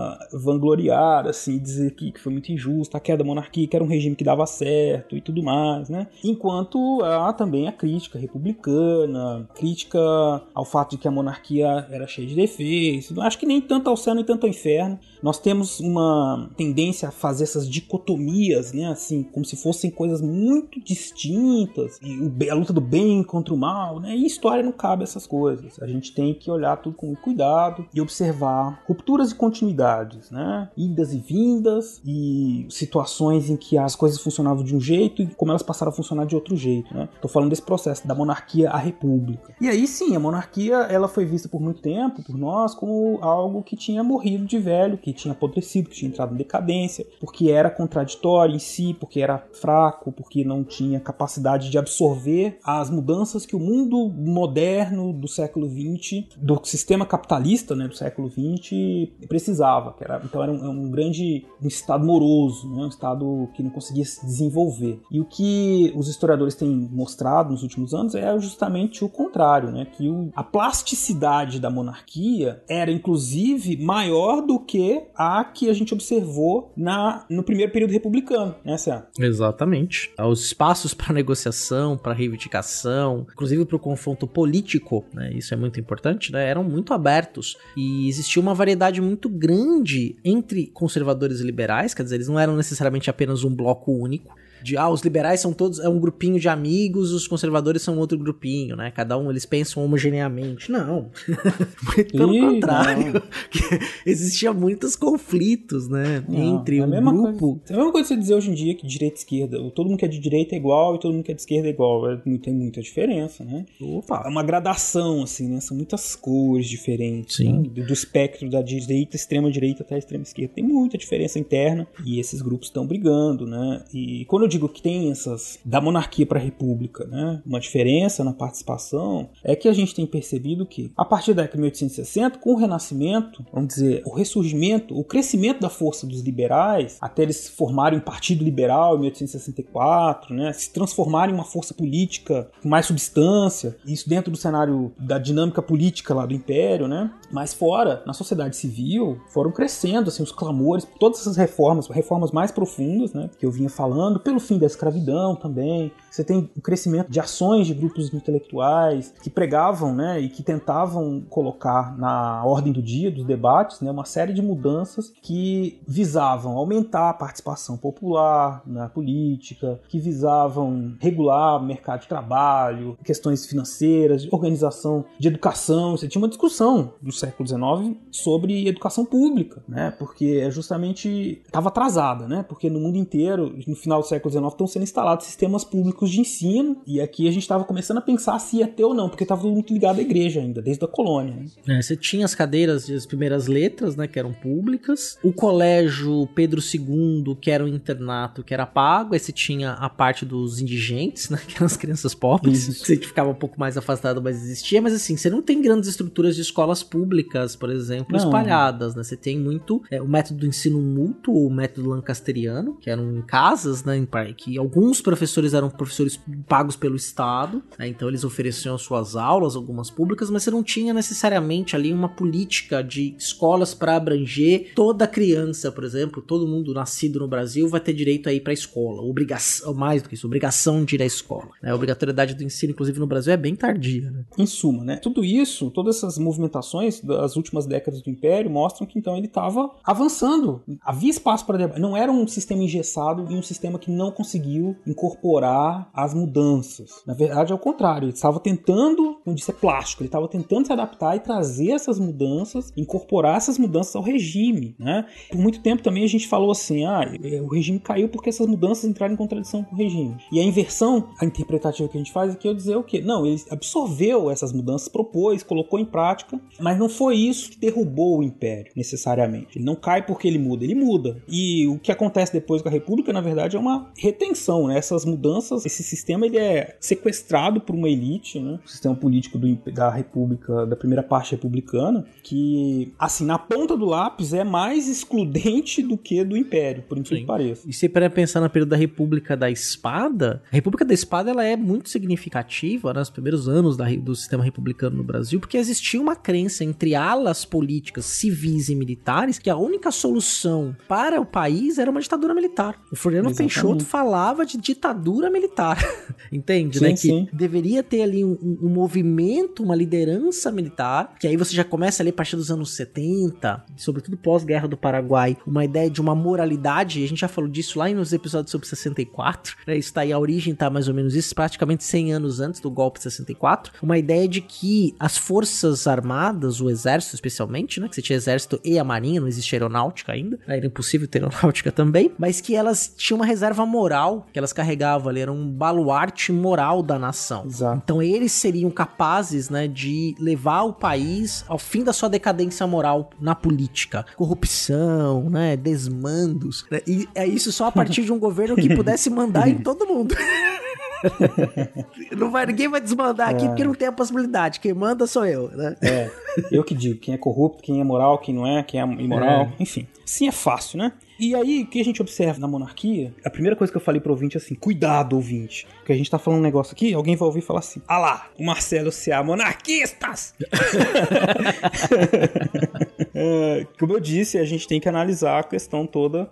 vangloriar, assim, dizer que, que foi muito injusto a queda da monarquia, que era um regime que dava certo e tudo mais, né? Enquanto há também a crítica republicana, crítica ao fato de que a monarquia era cheia de defeitos. Acho que nem tanto ao céu nem tanto ao inferno. Nós temos uma tendência a fazer essas dicotomias, né? Assim, como se fossem coisas muito distintas. E o, a luta do bem contra o mal, né? E história não cabe essas coisas. A gente tem que olhar tudo com cuidado e observar rupturas e continuidades, né? Idas e vindas e situações em que as coisas funcionavam de um jeito e como elas passaram a funcionar de outro jeito, né? Tô falando desse processo da monarquia à república. E aí sim, a monarquia, ela foi vista por muito tempo, por nós, como algo que tinha morrido de velho, que tinha apodrecido, que tinha entrado em decadência, porque era contraditório em si, porque era fraco, porque não tinha capacidade de absorver as mudanças que o mundo moderno do século vinte, do sistema capitalista, né, do século vinte, precisava. Que era, então era um, um grande um estado moroso, inconcluso, né? Um Estado que não conseguia se desenvolver. E o que os historiadores têm mostrado nos últimos anos é justamente o contrário, né? Que o, a plasticidade da monarquia era, inclusive, maior do que a que a gente observou na, no primeiro período republicano, né, Cé? Exatamente. Os espaços para negociação, para reivindicação, inclusive para o confronto político, né? Isso é muito importante, né? Eram muito abertos. E existia uma variedade muito grande entre conservadores e liberais, quer dizer, eles não eram necessariamente apenas um bloco único. De, ah, os liberais são todos, é um grupinho de amigos, os conservadores são outro grupinho, né? Cada um, eles pensam homogeneamente. Não. Muito pelo Ih, contrário. Existia muitos conflitos, né? Não, entre o um grupo... Coisa, é a mesma coisa que você dizer hoje em dia que direita e esquerda, todo mundo que é de direita é igual e todo mundo que é de esquerda é igual. É, tem muita diferença, né? Opa. É uma gradação, assim, né? São muitas cores diferentes. Sim. Né? Do, do espectro da direita, extrema direita até a extrema esquerda. Tem muita diferença interna e esses grupos estão brigando, né? E quando eu digo que tem essas, da monarquia para a república, né, uma diferença na participação, é que a gente tem percebido que, a partir da década de mil oitocentos e sessenta, com o renascimento, vamos dizer, o ressurgimento, o crescimento da força dos liberais, até eles formarem um partido liberal em mil oitocentos e sessenta e quatro, né, se transformarem em uma força política com mais substância, isso dentro do cenário da dinâmica política lá do Império, né, mas fora, na sociedade civil, foram crescendo, assim, os clamores, todas essas reformas, reformas mais profundas, né, que eu vinha falando, pelo fim da escravidão também. Você tem o crescimento de ações de grupos intelectuais que pregavam, né, e que tentavam colocar na ordem do dia dos debates, né, uma série de mudanças que visavam aumentar a participação popular na política, que visavam regular o mercado de trabalho, questões financeiras, organização de educação. Você tinha uma discussão do século dezenove sobre educação pública, né, porque é justamente estava atrasada, né, porque no mundo inteiro, no final do século dezenove, estão sendo instalados sistemas públicos de ensino, e aqui a gente estava começando a pensar se ia ter ou não, porque estava muito ligado à igreja ainda, desde a colônia. Né? É, você tinha as cadeiras das primeiras letras, né, que eram públicas, o colégio Pedro segundo, que era um internato, que era pago, aí você tinha a parte dos indigentes, né, que eram as crianças pobres, Isso. que você ficava um pouco mais afastado, mas existia, mas assim, você não tem grandes estruturas de escolas públicas, por exemplo, não. espalhadas, né, você tem muito é, o método do ensino mútuo, o método lancasteriano, que eram em casas, né, em que alguns professores eram professores pagos pelo Estado, né, então eles ofereciam suas aulas, algumas públicas, mas você não tinha necessariamente ali uma política de escolas para abranger toda criança, por exemplo, todo mundo nascido no Brasil vai ter direito a ir para a escola, obrigação, mais do que isso, obrigação de ir à escola. Né, a obrigatoriedade do ensino, inclusive no Brasil, é bem tardia. Né? Em suma, né, tudo isso, todas essas movimentações das últimas décadas do Império mostram que então ele estava avançando, havia espaço para debate, não era um sistema engessado e um sistema que não conseguiu incorporar as mudanças. Na verdade, é o contrário. Ele estava tentando, como disse, é plástico, ele estava tentando se adaptar e trazer essas mudanças, incorporar essas mudanças ao regime. Né? Por muito tempo também a gente falou assim, ah, o regime caiu porque essas mudanças entraram em contradição com o regime. E a inversão, a interpretativa que a gente faz aqui é dizer o quê? Não, ele absorveu essas mudanças, propôs, colocou em prática, mas não foi isso que derrubou o Império, necessariamente. Ele não cai porque ele muda, ele muda. E o que acontece depois com a República, na verdade, é uma retenção, né? Essas mudanças, esse sistema ele é sequestrado por uma elite, né? O sistema político do, da República, da primeira parte republicana, que, assim, na ponta do lápis é mais excludente do que do Império, por incrível que pareça. E se para pensar no período da República da Espada, a República da Espada ela é muito significativa, né, nos primeiros anos da, do sistema republicano no Brasil, porque existia uma crença entre alas políticas civis e militares que a única solução para o país era uma ditadura militar. O Floriano Exatamente. Peixoto falava de ditadura militar, entende? Sim, né? sim. Que deveria ter ali um, um movimento, uma liderança militar, que aí você já começa ali a partir dos anos setenta, sobretudo pós-guerra do Paraguai, uma ideia de uma moralidade, a gente já falou disso lá nos episódios sobre sessenta e quatro, né? Isso tá aí, a origem tá mais ou menos isso, praticamente cem anos antes do golpe de sessenta e quatro, uma ideia de que as forças armadas, o exército especialmente, né? Que você tinha exército e a marinha, não existia aeronáutica ainda, era impossível ter aeronáutica também, mas que elas tinham uma reserva moral que elas carregavam ali, era um baluarte moral da nação. Exato. Então eles seriam capazes, né, de levar o país ao fim da sua decadência moral na política, corrupção, né, desmandos, né? E é isso só a partir de um governo que pudesse mandar em todo mundo. Não vai, ninguém vai desmandar aqui é. porque não tem a possibilidade. Quem manda sou eu, né? É, eu que digo, quem é corrupto, quem é moral, quem não é, quem é imoral, é. Enfim. Sim, é fácil, né? E aí, o que a gente observa na monarquia, a primeira coisa que eu falei pro ouvinte é assim, cuidado, ouvinte, porque a gente tá falando um negócio aqui, alguém vai ouvir e falar assim, ah lá, o Marcelo C A, monarquistas! É, como eu disse, a gente tem que analisar a questão toda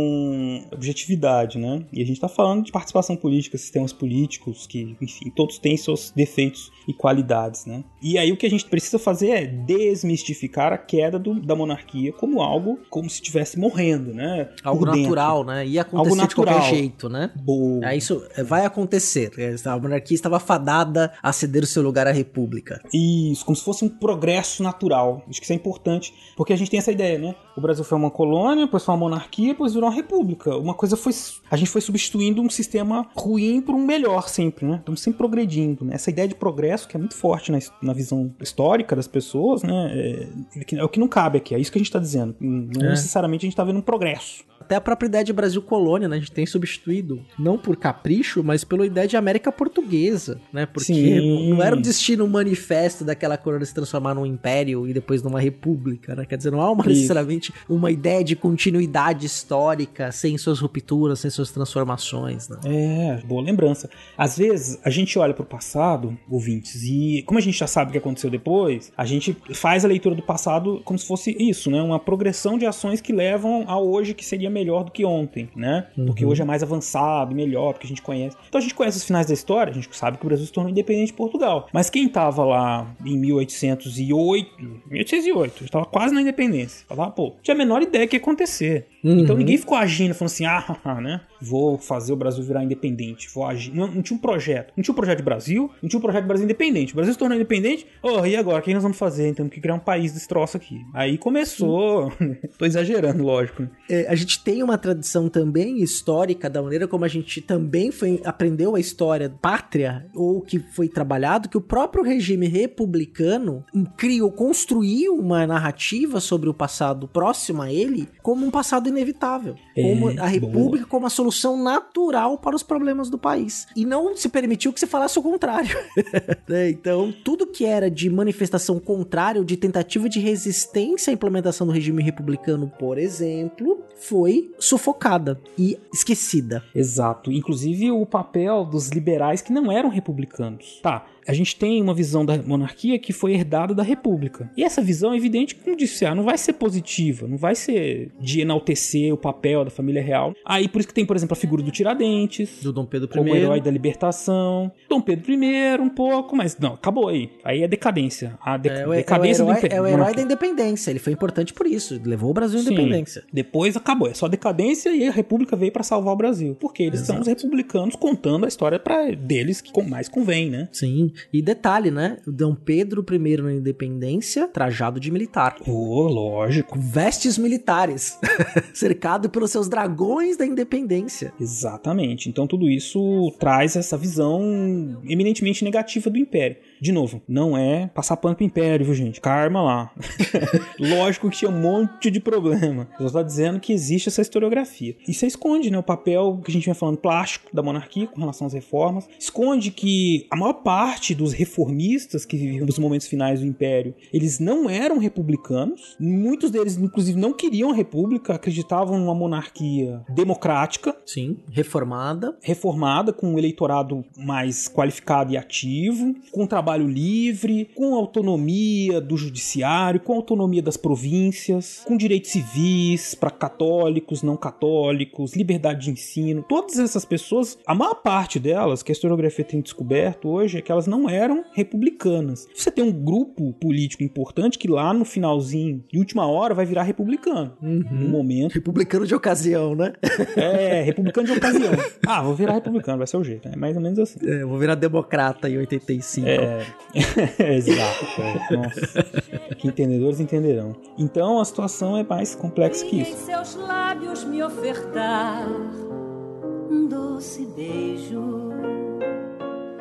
com objetividade, né? E a gente tá falando de participação política, sistemas políticos, que, enfim, todos têm seus defeitos e qualidades, né? E aí o que a gente precisa fazer é desmistificar a queda do, da monarquia como algo, como se estivesse morrendo, né? Algo Por natural, dentro. né? Ia acontecer Algo natural. de qualquer jeito, né? Boa. É, isso vai acontecer. A monarquia estava fadada a ceder o seu lugar à república. Isso, como se fosse um progresso natural. Acho que isso é importante, porque a gente tem essa ideia, né? O Brasil foi uma colônia, depois foi uma monarquia, depois virou uma república. Uma coisa foi... A gente foi substituindo um sistema ruim por um melhor sempre, né? Estamos sempre progredindo, né? Essa ideia de progresso que é muito forte na, na visão histórica das pessoas, né? É, é o que não cabe aqui, é isso que a gente está dizendo. Não é. necessariamente a gente está vendo um progresso. Até a própria ideia de Brasil colônia, né? A gente tem substituído, não por capricho, mas pela ideia de América Portuguesa, né? Porque Sim. não era o destino manifesto daquela colônia se transformar num império e depois numa república, né? Quer dizer, não há uma, necessariamente uma ideia de continuidade histórica sem suas rupturas, sem suas transformações, né? É, boa lembrança. Às vezes, a gente olha pro passado, ouvintes, e como a gente já sabe o que aconteceu depois, a gente faz a leitura do passado como se fosse isso, né? Uma progressão de ações que levam a hoje que seria melhor do que ontem, né? Uhum. Porque hoje é mais avançado e melhor, porque a gente conhece. Então a gente conhece os finais da história, a gente sabe que o Brasil se tornou independente de Portugal. Mas quem tava lá em mil oitocentos e oito, mil oitocentos e oito, estava quase na independência. Falava, pô, tinha a menor ideia que ia acontecer. Uhum. Então ninguém ficou agindo, falando assim, ah, haha, né? Vou fazer o Brasil virar independente, vou agir. Não, não tinha um projeto. Não tinha um projeto de Brasil, não tinha um projeto de Brasil independente. O Brasil se tornou independente, oh, e agora? O que nós vamos fazer? Então, temos que criar um país desse troço aqui. Aí começou, tô exagerando, lógico. Né? É, a gente tem uma tradição também histórica da maneira como a gente também foi, aprendeu a história pátria, ou que foi trabalhado, que o próprio regime republicano criou, construiu uma narrativa sobre o passado próximo a ele como um passado inevitável. É, como a república boa. Como a solução natural para os problemas do país. E não se permitiu que se falasse o contrário. Então, tudo que era de manifestação contrária, ou de tentativa de resistência à implementação do regime republicano, por exemplo, foi sufocada e esquecida. Exato. Inclusive o papel dos liberais que não eram republicanos. Tá, a gente tem uma visão da monarquia que foi herdada da república. E essa visão é evidente, como disse, ah, não vai ser positiva, não vai ser de enaltecer o papel da família real. Aí por isso que tem, por exemplo, a figura do Tiradentes, do Dom Pedro I, como herói da libertação. Dom Pedro I, um pouco, mas não, acabou aí. Aí é decadência. A de- é, decadência é o herói, do império. É o herói da independência, ele foi importante por isso, levou o Brasil à independência. Depois acabou, é só decadência e a república veio pra salvar o Brasil. Porque eles Exato. São os republicanos contando a história pra deles que mais convém, né? Sim. E detalhe, né? O Dom Pedro I na independência, trajado de militar. Oh, lógico. Vestes militares. Cercado pelos seus dragões da independência. Exatamente. Então tudo isso traz essa visão eminentemente negativa do Império. De novo, não é passar pano pro Império, viu, gente? Karma lá. Lógico que tinha um monte de problema. Eu só tô dizendo que existe essa historiografia. Isso esconde, né? O papel que a gente vem falando plástico da monarquia com relação às reformas. Esconde que a maior parte dos reformistas que viviam nos momentos finais do Império, eles não eram republicanos. Muitos deles, inclusive, não queriam a república, acreditavam numa monarquia democrática. Sim, reformada. Reformada, com um eleitorado mais qualificado e ativo, com trabalho livre, com autonomia do judiciário, com autonomia das províncias, com direitos civis para católicos, não católicos, liberdade de ensino. Todas essas pessoas, a maior parte delas, que a historiografia tem descoberto hoje, é que elas não eram republicanas. Você tem um grupo político importante que lá no finalzinho, de última hora, vai virar republicano. Uhum. No momento. Republicano de ocasião, né? É, republicano de ocasião. Ah, vou virar republicano, vai ser o jeito. É mais ou menos assim. É, vou virar democrata em oitenta e cinco. É, exato. É. Nossa. Que entendedores entenderão. Então a situação é mais complexa que isso. Em seus lábios me ofertar um doce beijo.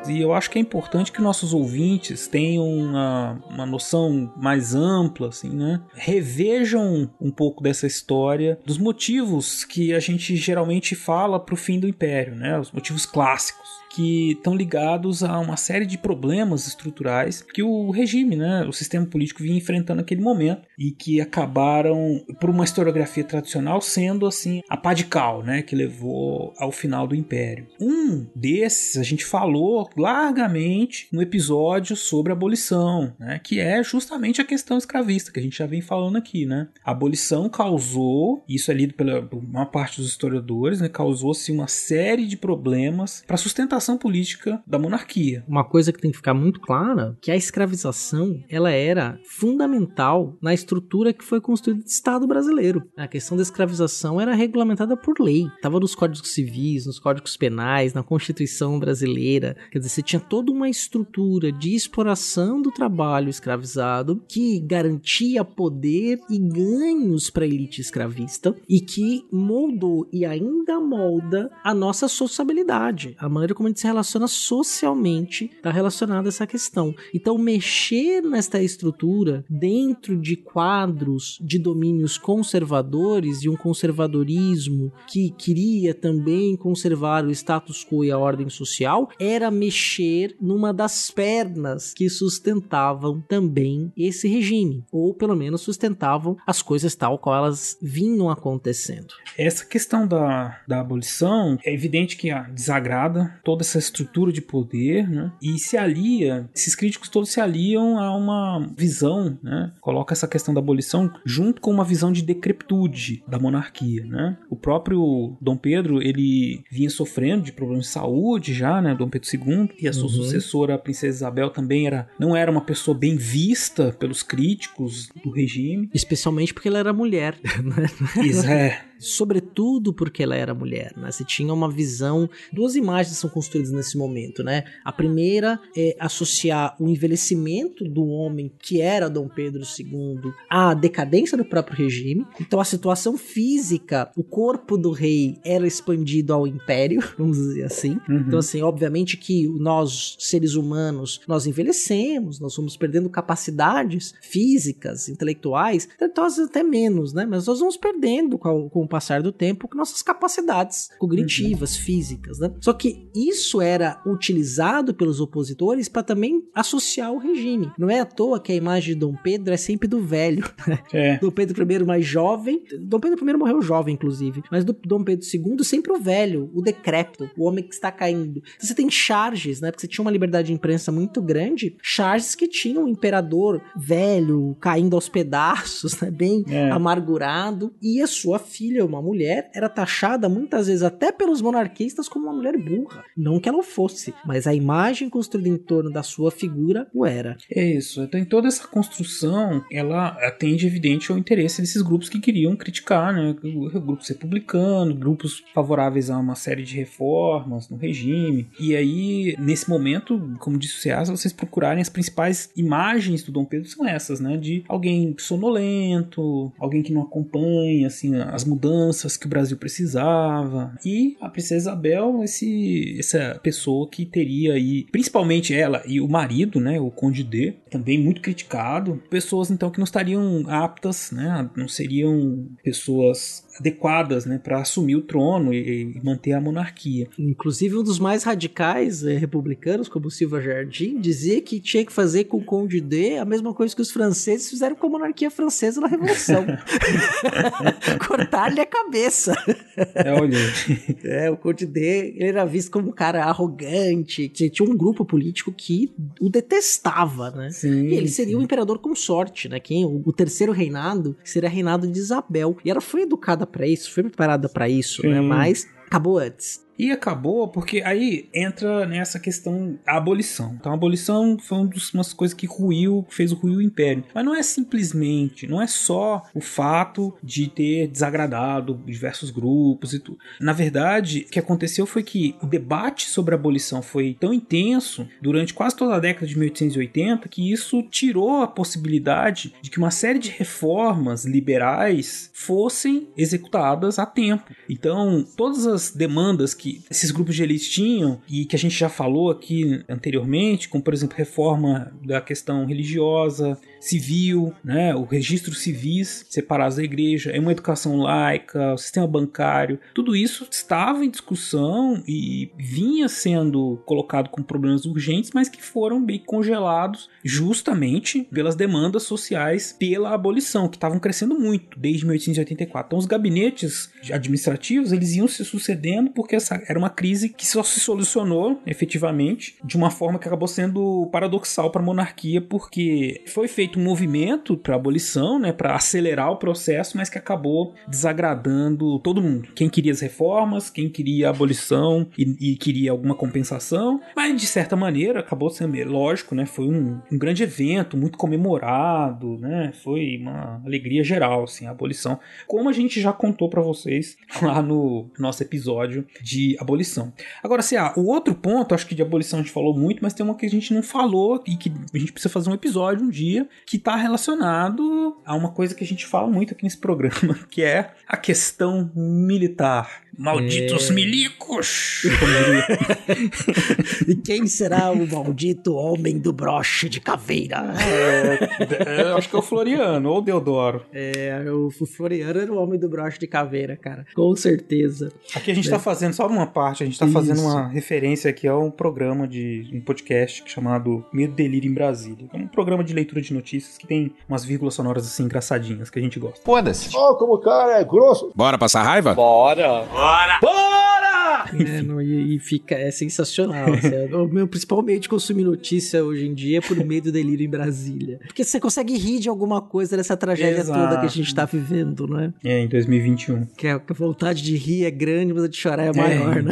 E eu acho que é importante que nossos ouvintes tenham uma, uma noção mais ampla, assim, né? Revejam um pouco dessa história, dos motivos que a gente geralmente fala pro fim do Império, né? Os motivos clássicos, que estão ligados a uma série de problemas estruturais que o regime, né, o sistema político vinha enfrentando naquele momento e que acabaram, por uma historiografia tradicional, sendo assim a pá de cal, né, que levou ao final do Império. Um desses a gente falou largamente no episódio sobre a abolição, né, que é justamente a questão escravista que a gente já vem falando aqui, né. A abolição causou, isso é lido pela maior parte dos historiadores, né, causou-se uma série de problemas para sustentar política da monarquia. Uma coisa que tem que ficar muito clara, que a escravização, ela era fundamental na estrutura que foi construída do Estado brasileiro. A questão da escravização era regulamentada por lei. Estava nos códigos civis, nos códigos penais, na Constituição brasileira. Quer dizer, você tinha toda uma estrutura de exploração do trabalho escravizado que garantia poder e ganhos para a elite escravista e que moldou e ainda molda a nossa sociabilidade, a maneira como a gente se relaciona socialmente, está relacionado a essa questão. Então, mexer nesta estrutura dentro de quadros de domínios conservadores e um conservadorismo que queria também conservar o status quo e a ordem social, era mexer numa das pernas que sustentavam também esse regime, ou pelo menos sustentavam as coisas tal qual elas vinham acontecendo. Essa questão da, da abolição é evidente que a desagrada toda essa estrutura de poder, né? E se alia, esses críticos todos se aliam a uma visão, né? Coloca essa questão da abolição junto com uma visão de decrepitude da monarquia, né? O próprio Dom Pedro, ele vinha sofrendo de problemas de saúde já, né? Dom Pedro segundo, e a sua uhum. sucessora, a princesa Isabel, também era, não era uma pessoa bem vista pelos críticos do regime. Especialmente porque ela era mulher, né? Isso é. Sobretudo porque ela era mulher, né? Você tinha uma visão, duas imagens são construídas nesse momento, né? A primeira é associar o envelhecimento do homem que era Dom Pedro segundo à decadência do próprio regime. Então a situação física, o corpo do rei era expandido ao império, vamos dizer assim. Uhum. Então assim, obviamente que nós, seres humanos, nós envelhecemos, nós vamos perdendo capacidades físicas, intelectuais, então até menos, né? Mas nós vamos perdendo com, com passar do tempo com nossas capacidades cognitivas, uhum. físicas, né? Só que isso era utilizado pelos opositores para também associar o regime. Não é à toa que a imagem de Dom Pedro é sempre do velho. É. Dom Pedro primeiro mais jovem. Dom Pedro primeiro morreu jovem, inclusive. Mas do Dom Pedro segundo sempre o velho, o decrépito, o homem que está caindo. Você tem charges, né? Porque você tinha uma liberdade de imprensa muito grande. Charges que tinham um imperador velho, caindo aos pedaços, né? Bem é. amargurado. E a sua filha, uma mulher, era taxada muitas vezes até pelos monarquistas como uma mulher burra. Não que ela o fosse, mas a imagem construída em torno da sua figura o era. É isso. Então, toda essa construção, ela atende, evidente, ao interesse desses grupos que queriam criticar, né? Grupos republicanos, grupos favoráveis a uma série de reformas no regime. E aí, nesse momento, como disse o Ceasa, vocês procurarem as principais imagens do Dom Pedro são essas, né? De alguém sonolento, alguém que não acompanha, assim, as mudanças que o Brasil precisava. E a princesa Isabel, esse, essa pessoa que teria aí, principalmente ela e o marido, né, o Conde D, também muito criticado. Pessoas, então, que não estariam aptas, né, não seriam pessoas adequadas, né, para assumir o trono e, e manter a monarquia. Inclusive, um dos mais radicais eh, republicanos, como Silva Jardim, dizia que tinha que fazer com o Conde D a mesma coisa que os franceses fizeram com a monarquia francesa na Revolução. Cortar-lhe a cabeça. É, olha. É, o Conde D, ele era visto como um cara arrogante. Tinha um grupo político que o detestava, né? Sim, e ele seria sim. o imperador consorte, né? Quem, o, o terceiro reinado seria reinado de Isabel. E ela foi educada para isso, foi preparada para isso, sim. né? Mas acabou antes. E acabou porque aí entra nessa questão a abolição. Então a abolição foi uma das coisas que ruiu, fez o ruir o império. Mas não é simplesmente, não é só o fato de ter desagradado diversos grupos e tudo. Na verdade, o que aconteceu foi que o debate sobre a abolição foi tão intenso durante quase toda a década de mil oitocentos e oitenta que isso tirou a possibilidade de que uma série de reformas liberais fossem executadas a tempo. Então, todas as demandas que que esses grupos de elite tinham, e que a gente já falou aqui anteriormente, como por exemplo reforma da questão religiosa, civil, né, o registro civis separados da igreja, uma educação laica, o sistema bancário, tudo isso estava em discussão e vinha sendo colocado como problemas urgentes, mas que foram bem congelados justamente pelas demandas sociais pela abolição, que estavam crescendo muito desde mil oitocentos e oitenta e quatro. Então os gabinetes administrativos, eles iam se sucedendo porque essa era uma crise que só se solucionou efetivamente de uma forma que acabou sendo paradoxal para a monarquia, porque foi feito um movimento para abolição, né, para acelerar o processo, mas que acabou desagradando todo mundo. Quem queria as reformas, quem queria a abolição e, e queria alguma compensação, mas de certa maneira acabou sendo, lógico, né, foi um, um grande evento, muito comemorado, né, foi uma alegria geral, assim, a abolição, como a gente já contou para vocês lá no nosso episódio de abolição. Agora, assim, ah, o outro ponto, acho que de abolição a gente falou muito, mas tem uma que a gente não falou e que a gente precisa fazer um episódio um dia, que está relacionado a uma coisa que a gente fala muito aqui nesse programa, que é a questão militar. Malditos é... milicos! Como diria. E quem será o maldito homem do broche de caveira? É, eu acho que é o Floriano, ou o Deodoro. É, o Floriano era o homem do broche de caveira, cara. Com certeza. Aqui a gente está é. fazendo, só uma parte, a gente está fazendo uma referência aqui a um programa de um podcast chamado Medo e Delírio em Brasília. É um programa de leitura de notícias que tem umas vírgulas sonoras assim engraçadinhas que a gente gosta. Foda-se. Ó, oh, como o cara é grosso. Bora passar raiva? Bora! Bora! Bora! É, não, e, e fica, é sensacional. Assim, é, o meu principal meio de consumir notícia hoje em dia é por medo e delírio em Brasília. Porque você consegue rir de alguma coisa dessa tragédia Exato. toda que a gente tá vivendo, né? É, em dois mil e vinte e um. Que a, que a vontade de rir é grande, mas a de chorar é maior, é. né?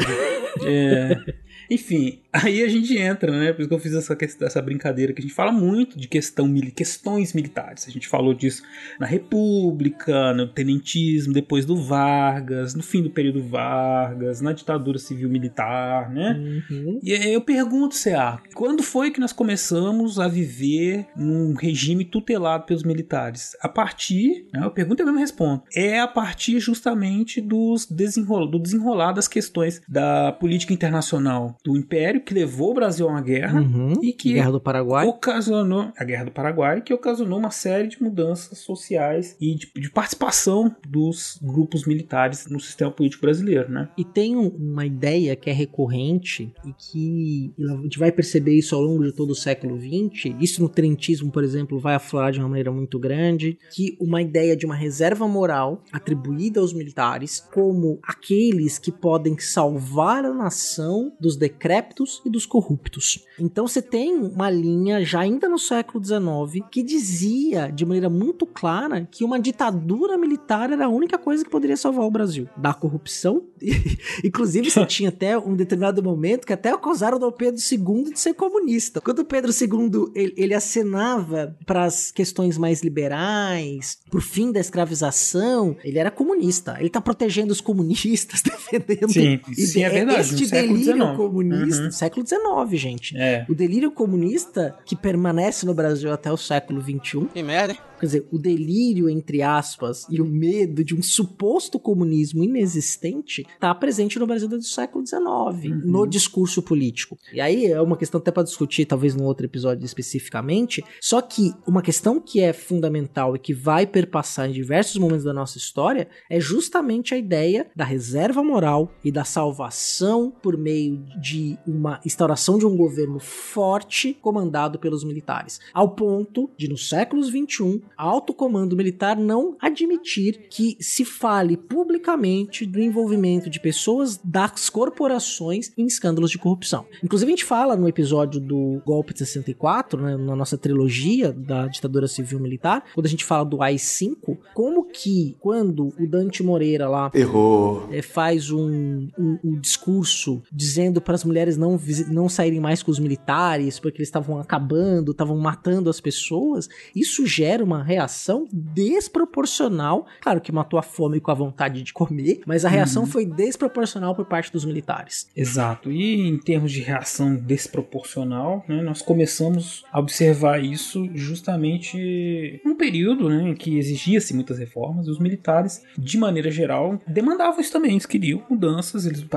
É... Enfim, aí a gente entra, né? Por isso que eu fiz essa, essa brincadeira, que a gente fala muito de questão, questões militares. A gente falou disso na República, no tenentismo, depois do Vargas, no fim do período Vargas, na ditadura civil-militar, né? Uhum. E aí eu pergunto, C A, quando foi que nós começamos a viver num regime tutelado pelos militares? A partir, né, eu pergunto e eu mesmo respondo, é a partir justamente dos desenrol, do desenrolar das questões da política internacional do Império, que levou o Brasil a uma guerra, uhum. e que Guerra do Paraguai. ocasionou a Guerra do Paraguai, que ocasionou uma série de mudanças sociais e de, de participação dos grupos militares no sistema político brasileiro, né? E tem uma ideia que é recorrente e que a gente vai perceber isso ao longo de todo o século vinte, isso no tenentismo, por exemplo, vai aflorar de uma maneira muito grande, que uma ideia de uma reserva moral atribuída aos militares como aqueles que podem salvar a nação dos decrépitos e dos corruptos. Então você tem uma linha, já ainda no século dezenove, que dizia de maneira muito clara que uma ditadura militar era a única coisa que poderia salvar o Brasil da corrupção. Inclusive você tinha até um determinado momento que até acusaram o Pedro segundo de ser comunista. Quando o Pedro segundo ele, ele acenava para as questões mais liberais, pro fim da escravização, ele era comunista. Ele tá protegendo os comunistas, defendendo... Sim, sim, é verdade. Este delírio comunista... Uhum. Século dezenove, gente. É. O delírio comunista que permanece no Brasil até o século vinte e um... Que merda, hein? Quer dizer, o delírio, entre aspas, e o medo de um suposto comunismo inexistente está presente no Brasil desde o século dezenove, uhum. no discurso político. E aí é uma questão até para discutir, talvez num outro episódio especificamente, só que uma questão que é fundamental e que vai perpassar em diversos momentos da nossa história é justamente a ideia da reserva moral e da salvação por meio de uma instauração de um governo forte comandado pelos militares, ao ponto de, nos séculos vinte e um, alto comando militar não admitir que se fale publicamente do envolvimento de pessoas das corporações em escândalos de corrupção. Inclusive a gente fala no episódio do golpe de sessenta e quatro, né, na nossa trilogia da ditadura civil-militar, quando a gente fala do A I cinco, como que quando o Dante Moreira lá errou, é, faz um, um, um discurso dizendo para as mulheres não, não saírem mais com os militares porque eles estavam acabando, estavam matando as pessoas, isso gera uma reação desproporcional, claro que matou a fome com a vontade de comer, mas a reação uhum. foi desproporcional por parte dos militares. Exato, e em termos de reação desproporcional, né, nós começamos a observar isso justamente num período, né, em que exigia-se muitas reformas, e os militares, de maneira geral, demandavam isso também, eles queriam mudanças, eles lutaram na Guerra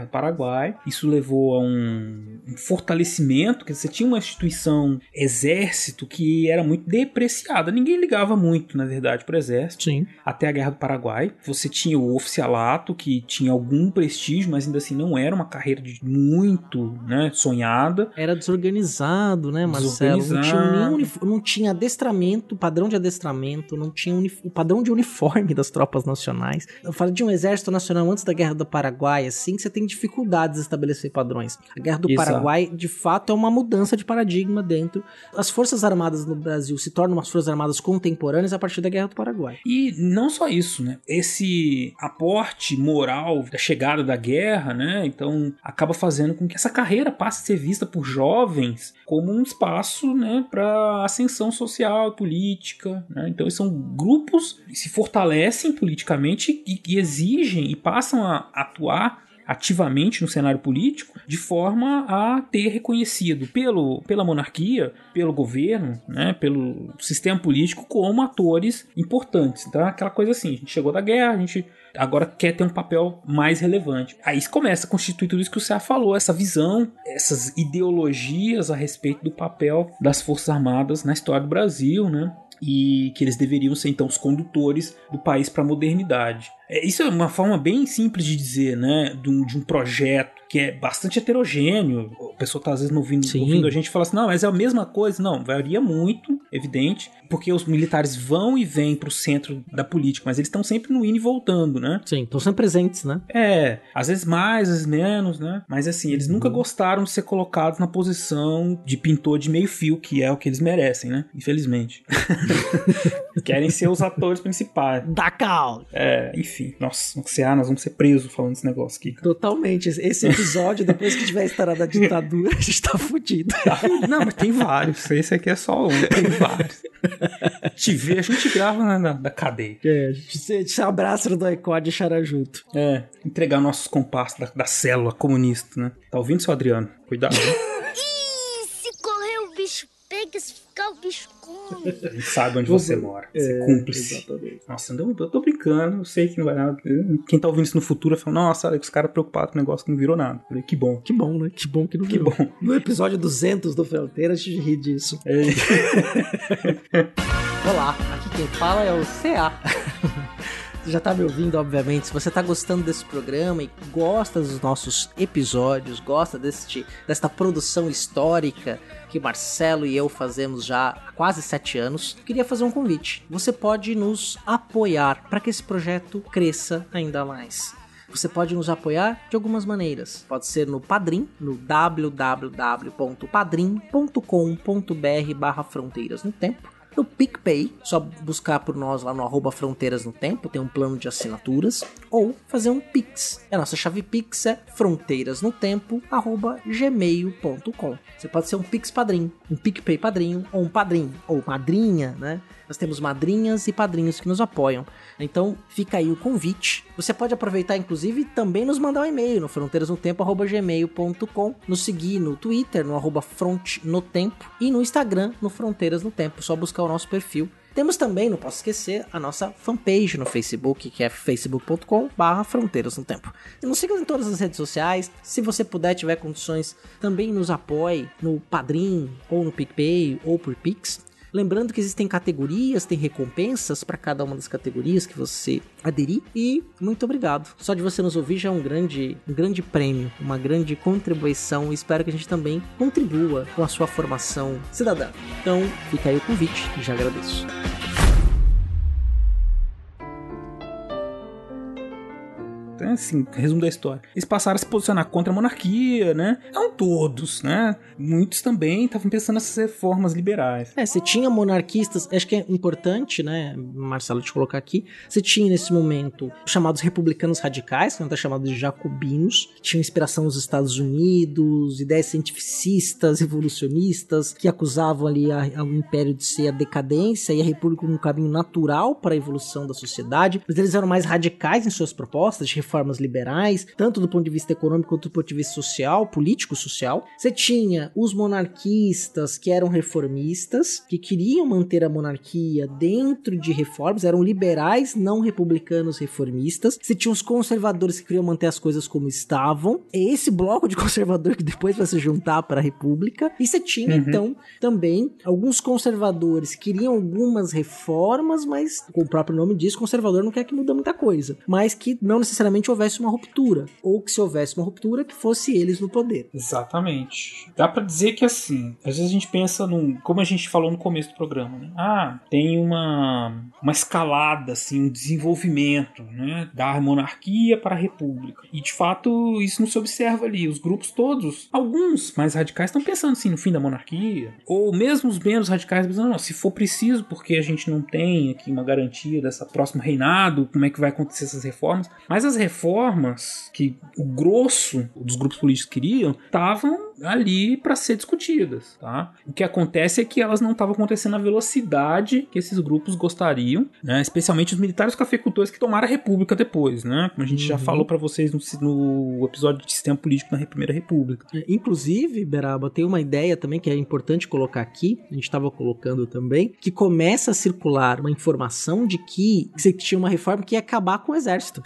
do Paraguai. Isso levou a um, um fortalecimento, que você tinha uma instituição exército que era muito depreciada. Ninguém ligava muito, na verdade, para o exército. Sim. Até a Guerra do Paraguai. Você tinha o oficialato, que tinha algum prestígio, mas ainda assim não era uma carreira de muito, né, sonhada. Era desorganizado, né, Marcelo? Não tinha, nenhum unif- não tinha adestramento, padrão de adestramento, não tinha unif- o padrão de uniforme das tropas nacionais. Eu falo de um exército nacional antes da Guerra do Paraguai, assim, que você tem dificuldades de estabelecer padrões. A Guerra do Exato. Paraguai, de fato, é uma mudança de paradigma dentro. As Forças Armadas no Brasil se tornam umas Forças Armadas contemporâneas a partir da Guerra do Paraguai. E não só isso, né? Esse aporte moral da chegada da guerra, né? Então acaba fazendo com que essa carreira passe a ser vista por jovens como um espaço, né, para ascensão social e política, né? Então são grupos que se fortalecem politicamente e que exigem e passam a atuar ativamente no cenário político, de forma a ter reconhecido pelo, pela monarquia, pelo governo, né, pelo sistema político como atores importantes. Então é aquela coisa assim, a gente chegou da guerra, a gente agora quer ter um papel mais relevante. Aí começa a constituir tudo isso que o Ceará falou, essa visão, essas ideologias a respeito do papel das Forças Armadas na história do Brasil, né? E que eles deveriam ser então os condutores do país para a modernidade. É, isso é uma forma bem simples de dizer, né, de um, de um projeto que é bastante heterogêneo. A pessoa está às vezes ouvindo, ouvindo a gente e fala assim, não, mas é a mesma coisa. Não, varia muito, evidente, porque os militares vão e vêm para o centro da política, mas eles estão sempre no indo e voltando, né? Sim, estão sempre presentes, né? É, às vezes mais, às vezes menos, né? Mas assim, eles uhum. nunca gostaram de ser colocados na posição de pintor de meio fio, que é o que eles merecem, né? Infelizmente. Querem ser os atores principais. Da cal. É, enfim. Nossa, no C A nós vamos ser presos falando desse negócio aqui. Cara. Totalmente. Esse episódio, depois que tiver estourado a ditadura, a gente tá fudido. Não, mas tem vários. Esse aqui é só um. Tem vários. Te vê, a gente grava na, na, na cadeia. É, a gente se, a gente se abraça no doicode e chara junto. É, entregar nossos compassos da, da célula comunista, né? Tá ouvindo, seu Adriano? Cuidado. Ih, se correr o bicho pega, se ficar o bicho come. A gente sabe onde você mora. Você é cúmplice. Exatamente. Nossa, eu tô brincando, eu sei que não vai nada. Quem tá ouvindo isso no futuro vai falar, nossa, olha, os caras preocupados com o negócio que não virou nada. Falei, que bom. Que bom, né? Que bom que não que virou. Bom. No episódio duzentos do Fronteira, a gente ri disso. É. Olá, aqui quem fala é o C A. Você já tá me ouvindo, obviamente. Se você tá gostando desse programa e gosta dos nossos episódios, gosta deste, desta produção histórica que Marcelo e eu fazemos já há quase sete anos, queria fazer um convite. Você pode nos apoiar para que esse projeto cresça ainda mais. Você pode nos apoiar de algumas maneiras. Pode ser no Padrim, no w w w ponto padrim ponto com ponto b r barra fronteiras no tempo. No PicPay, só buscar por nós lá no arroba Fronteiras no Tempo, tem um plano de assinaturas, ou fazer um Pix. A nossa chave Pix é fronteirasnotempo arroba gmail ponto com. Você pode ser um Pix padrinho, um PicPay padrinho, ou um padrinho, ou madrinha, né? Nós temos madrinhas e padrinhos que nos apoiam. Então fica aí o convite. Você pode aproveitar, inclusive, também nos mandar um e-mail no fronteirasnotempo arroba gmail ponto com, nos seguir no Twitter, no arroba frontnotempo, e no Instagram, no Fronteiras no Tempo. Só buscar o nosso perfil. Temos também, não posso esquecer, a nossa fanpage no Facebook, que é facebook ponto com barra fronteiras no tempo. E nos siga em todas as redes sociais. Se você puder, tiver condições, também nos apoie no Padrim, ou no PicPay, ou por Pix. Lembrando que existem categorias, tem recompensas para cada uma das categorias que você aderir. E muito obrigado. Só de você nos ouvir já é um grande, um grande prêmio, uma grande contribuição. Espero que a gente também contribua com a sua formação cidadã. Então, fica aí o convite e já agradeço. Então, assim, resumo da história. Eles passaram a se posicionar contra a monarquia, né? Não todos, né? Muitos também estavam pensando nessas reformas liberais. É, você tinha monarquistas, acho que é importante, né, Marcelo, te colocar aqui, você tinha nesse momento os chamados republicanos radicais, que não tá chamados de jacobinos, que tinham inspiração nos Estados Unidos, ideias cientificistas, revolucionistas, que acusavam ali a, a, o império de ser a decadência e a república como um caminho natural para a evolução da sociedade, mas eles eram mais radicais em suas propostas de reforma reformas liberais, tanto do ponto de vista econômico quanto do ponto de vista social, político-social. Você tinha os monarquistas, que eram reformistas, que queriam manter a monarquia dentro de reformas, eram liberais, não republicanos reformistas. Você tinha os conservadores que queriam manter as coisas como estavam. É esse bloco de conservador que depois vai se juntar para a república. E você tinha, uhum. então, também alguns conservadores que queriam algumas reformas, mas, como o próprio nome diz, conservador não quer que mude muita coisa, mas que não necessariamente houvesse uma ruptura, ou que se houvesse uma ruptura, que fosse eles no poder. Exatamente. Dá pra dizer que assim, às vezes a gente pensa num, como a gente falou no começo do programa, né? Ah, tem uma, uma escalada, assim, um desenvolvimento, né, da monarquia para a república. E de fato, isso não se observa ali. Os grupos todos, alguns mais radicais, estão pensando assim no fim da monarquia, ou mesmo os menos radicais pensando, não, se for preciso, porque a gente não tem aqui uma garantia dessa próximo reinado, como é que vai acontecer essas reformas. Mas as reformas que o grosso dos grupos políticos queriam estavam ali para ser discutidas, tá? O que acontece é que elas não estavam acontecendo na velocidade que esses grupos gostariam, né? Especialmente os militares cafeicultores que tomaram a república depois, né? Como a gente uhum. já falou para vocês no, no episódio de sistema político na Primeira República. Inclusive, Beraba, tem uma ideia também que é importante colocar aqui, a gente estava colocando também, que começa a circular uma informação de que você tinha uma reforma que ia acabar com o exército.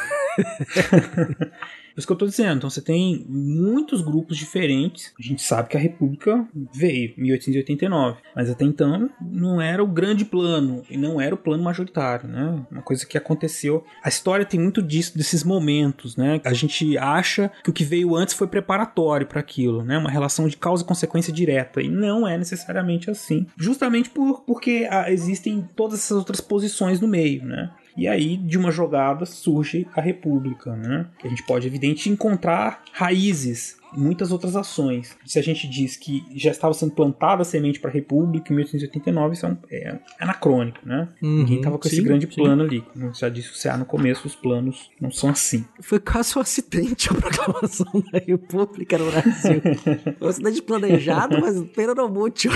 É isso que eu tô dizendo. Então você tem muitos grupos diferentes. A gente sabe que a República veio em mil oitocentos e oitenta e nove, mas até então não era o grande plano e não era o plano majoritário, né? Uma coisa que aconteceu. A história tem muito disso, desses momentos, né? A gente acha que o que veio antes foi preparatório para aquilo, né? Uma relação de causa e consequência direta, e não é necessariamente assim. Justamente por, porque ah, existem todas essas outras posições no meio, né? E aí, de uma jogada, surge a República, né? Que a gente pode, evidente, encontrar raízes em muitas outras ações. Se a gente diz que já estava sendo plantada a semente para a República em mil oitocentos e oitenta e nove, isso é, um, é anacrônico, né? Uhum, Ninguém estava com sim, esse grande sim. plano ali. Como já disse o C A no começo, os planos não são assim. Foi quase um acidente a proclamação da República no Brasil. Foi um acidente planejado, mas pena não mútil.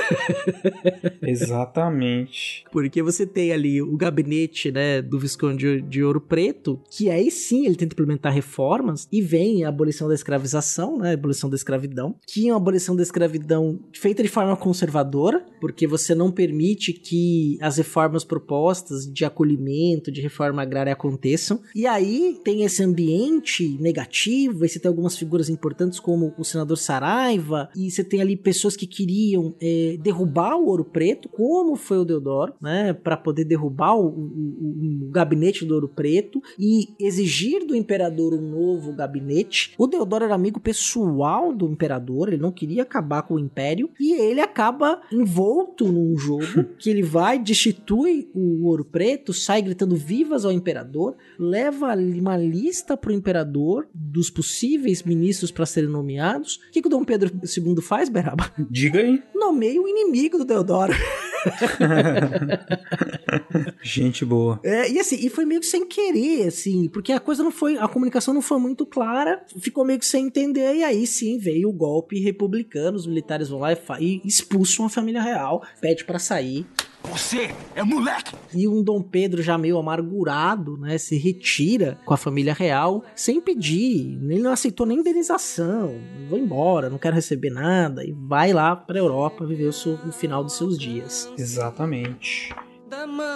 Exatamente. Porque você tem ali o gabinete, né, do Visconde de Ouro Preto, que aí sim ele tenta implementar reformas, e vem a abolição da escravização, né, a abolição da escravidão, que é uma abolição da escravidão feita de forma conservadora, porque você não permite que as reformas propostas de acolhimento, de reforma agrária aconteçam, e aí tem esse ambiente negativo, e você tem algumas figuras importantes como o senador Saraiva, e você tem ali pessoas que queriam é, derrubar o Ouro Preto, como foi o Deodoro, né, para poder derrubar o, o, o gabinete do Ouro Preto e exigir do imperador um novo gabinete. O Deodoro era amigo pessoal do imperador, ele não queria acabar com o império, e ele acaba envolto num jogo que ele vai, destitui o Ouro Preto, sai gritando vivas ao imperador, leva uma lista pro imperador dos possíveis ministros para serem nomeados. O que, que o Dom Pedro segundo faz, Beraba? Diga aí. Nomeia o inimigo do Deodoro. Gente boa. É, e assim, e foi meio que sem querer, assim, porque a coisa não foi, a comunicação não foi muito clara, ficou meio que sem entender, e aí sim veio o golpe republicano, os militares vão lá e, e expulsam a família real, pede pra sair. Você é moleque! E um Dom Pedro já meio amargurado, né, se retira com a família real sem pedir, ele não aceitou nem indenização, vou embora, não quero receber nada, e vai lá pra Europa viver o, seu, o final dos seus dias. Exatamente. Da mão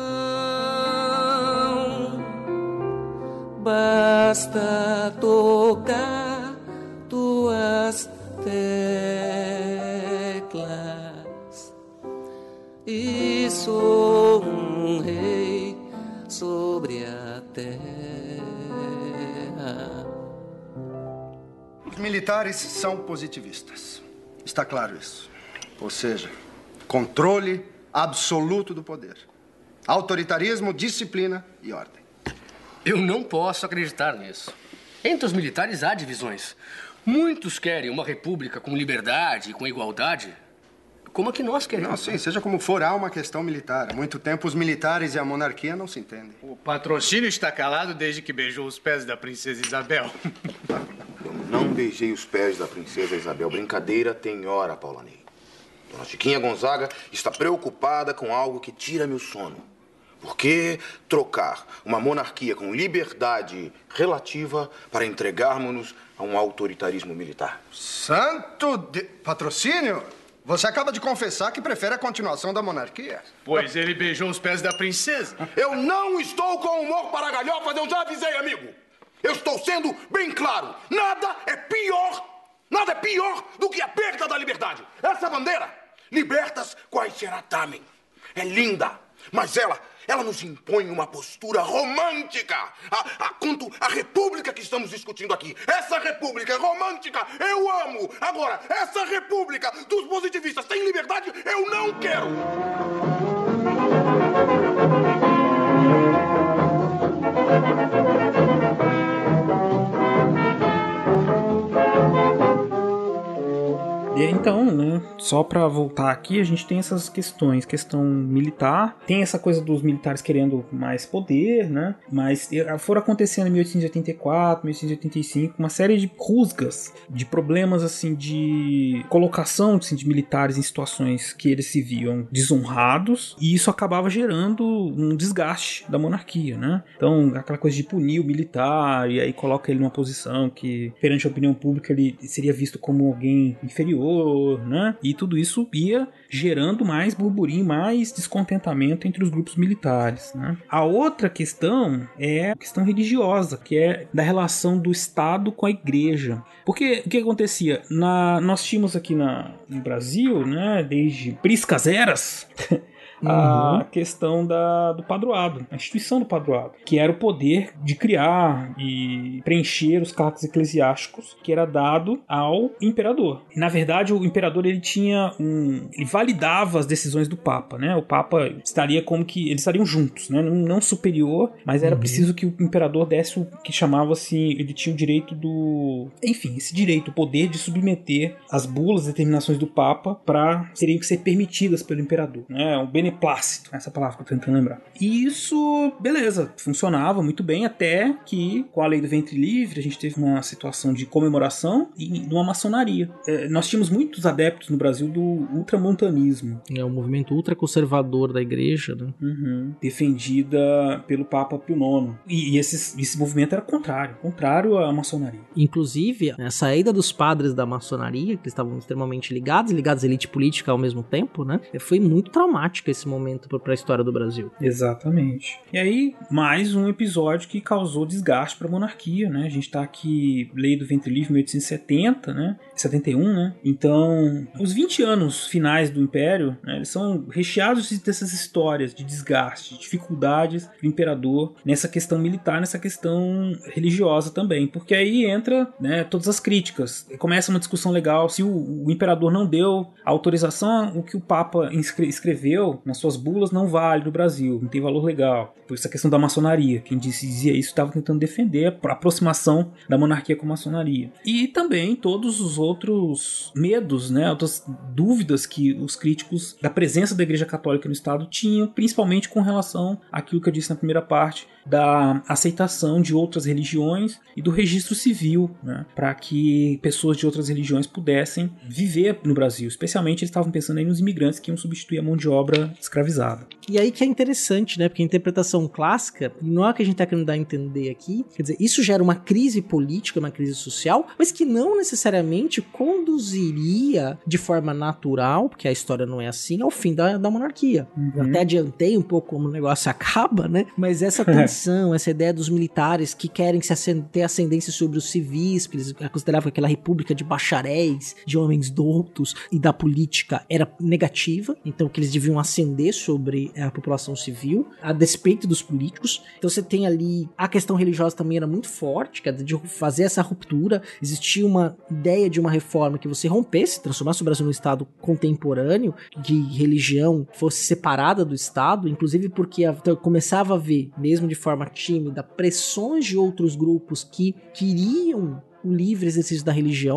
basta tocar tuas teclas e sou um rei sobre a terra. Os militares são positivistas. Está claro isso. Ou seja, controle absoluto do poder. Autoritarismo, disciplina e ordem. Eu não posso acreditar nisso. Entre os militares há divisões. Muitos querem uma república com liberdade e com igualdade. Como a que nós queremos? Não, sim, seja como for, há uma questão militar. Há muito tempo os militares e a monarquia não se entendem. O patrocínio está calado desde que beijou os pés da princesa Isabel. Eu não beijei os pés da princesa Isabel. Brincadeira tem hora, Paulanei. Dona Chiquinha Gonzaga está preocupada com algo que tira-me o sono. Por que trocar uma monarquia com liberdade relativa para entregarmos-nos a um autoritarismo militar? Santo de... Patrocínio? Você acaba de confessar que prefere a continuação da monarquia. Pois ele beijou os pés da princesa. Eu não estou com humor para galhofas, eu já avisei, amigo. Eu estou sendo bem claro. Nada é pior, nada é pior do que a perda da liberdade. Essa bandeira, libertas quais será também. É linda, mas ela, ela nos impõe uma postura romântica. A, a, quanto à república que estamos discutindo aqui. Essa república romântica, eu amo. Agora, essa república dos positivistas sem liberdade, eu não quero. E então, né, só pra voltar aqui, a gente tem essas questões, questão militar, tem essa coisa dos militares querendo mais poder, né, mas foram acontecendo em mil oitocentos e oitenta e quatro, mil oitocentos e oitenta e cinco, uma série de rusgas, de problemas, assim, de colocação assim, de militares em situações que eles se viam desonrados, e isso acabava gerando um desgaste da monarquia, né, então aquela coisa de punir o militar, e aí coloca ele numa posição que, perante a opinião pública, ele seria visto como alguém inferior, né? E tudo isso ia gerando mais burburinho, mais descontentamento entre os grupos militares, né? A outra questão é a questão religiosa, que é da relação do Estado com a Igreja. Porque o que acontecia? Na, nós tínhamos aqui na, no Brasil, né, desde priscas eras, a uhum. questão da, do padroado, a instituição do padroado, que era o poder de criar e preencher os cargos eclesiásticos que era dado ao imperador. E, na verdade, o imperador ele tinha um, ele validava as decisões do Papa, né? O Papa estaria como que eles estariam juntos, né? Não, não superior, mas era uhum. preciso que o imperador desse o que chamava assim, ele tinha o direito do, enfim, esse direito, o poder de submeter as bulas, as determinações do Papa para seriam que ser permitidas pelo imperador, né? Um beneplácito, essa palavra que eu tô tentando lembrar. E isso, beleza, funcionava muito bem até que, com a lei do ventre livre, a gente teve uma situação de comemoração e de uma maçonaria. É, nós tínhamos muitos adeptos no Brasil do ultramontanismo. É um movimento ultraconservador da igreja, né? Uhum. Defendida pelo Papa Pio nono. E, e esse, esse movimento era contrário, contrário à maçonaria. Inclusive, a saída dos padres da maçonaria, que estavam extremamente ligados, ligados à elite política ao mesmo tempo, né? Foi muito traumático esse momento para a história do Brasil. Exatamente. E aí, mais um episódio que causou desgaste para a monarquia, né? A gente tá aqui, lei do ventre livre, mil oitocentos e setenta, né? setenta e um, né? Então, os vinte anos finais do Império, né, eles são recheados dessas histórias de desgaste, de dificuldades do imperador nessa questão militar, nessa questão religiosa também, porque aí entra, né, todas as críticas. Começa uma discussão legal se o, o imperador não deu autorização, o que o Papa escreveu nas suas bulas não vale no Brasil, não tem valor legal. Por isso a questão da maçonaria, quem dizia isso estava tentando defender a aproximação da monarquia com a maçonaria. E também todos os outros medos, né, outras dúvidas que os críticos da presença da Igreja Católica no Estado tinham, principalmente com relação àquilo que eu disse na primeira parte, da aceitação de outras religiões e do registro civil, né, para que pessoas de outras religiões pudessem viver no Brasil. Especialmente eles estavam pensando aí nos imigrantes que iam substituir a mão de obra escravizada. E aí que é interessante, né, porque a interpretação clássica, não é o que a gente está querendo dar a entender aqui, quer dizer, isso gera uma crise política, uma crise social, mas que não necessariamente conduziria de forma natural, porque a história não é assim, ao fim da, da monarquia. Uhum. Eu até adiantei um pouco como o negócio acaba, né, mas essa tensão, essa ideia dos militares que querem se ascend- ter ascendência sobre os civis, que eles consideravam que aquela república de bacharéis, de homens doutos e da política era negativa, então que eles deviam ascender sobre a população civil, a despeito dos políticos. Então você tem ali, a questão religiosa também era muito forte, quer dizer, de fazer essa ruptura. Existia uma ideia de uma reforma que você rompesse, transformasse o Brasil num Estado contemporâneo, que religião fosse separada do Estado, inclusive porque a, então, começava a ver, mesmo de forma tímida, pressões de outros grupos que queriam o livre exercício da religião.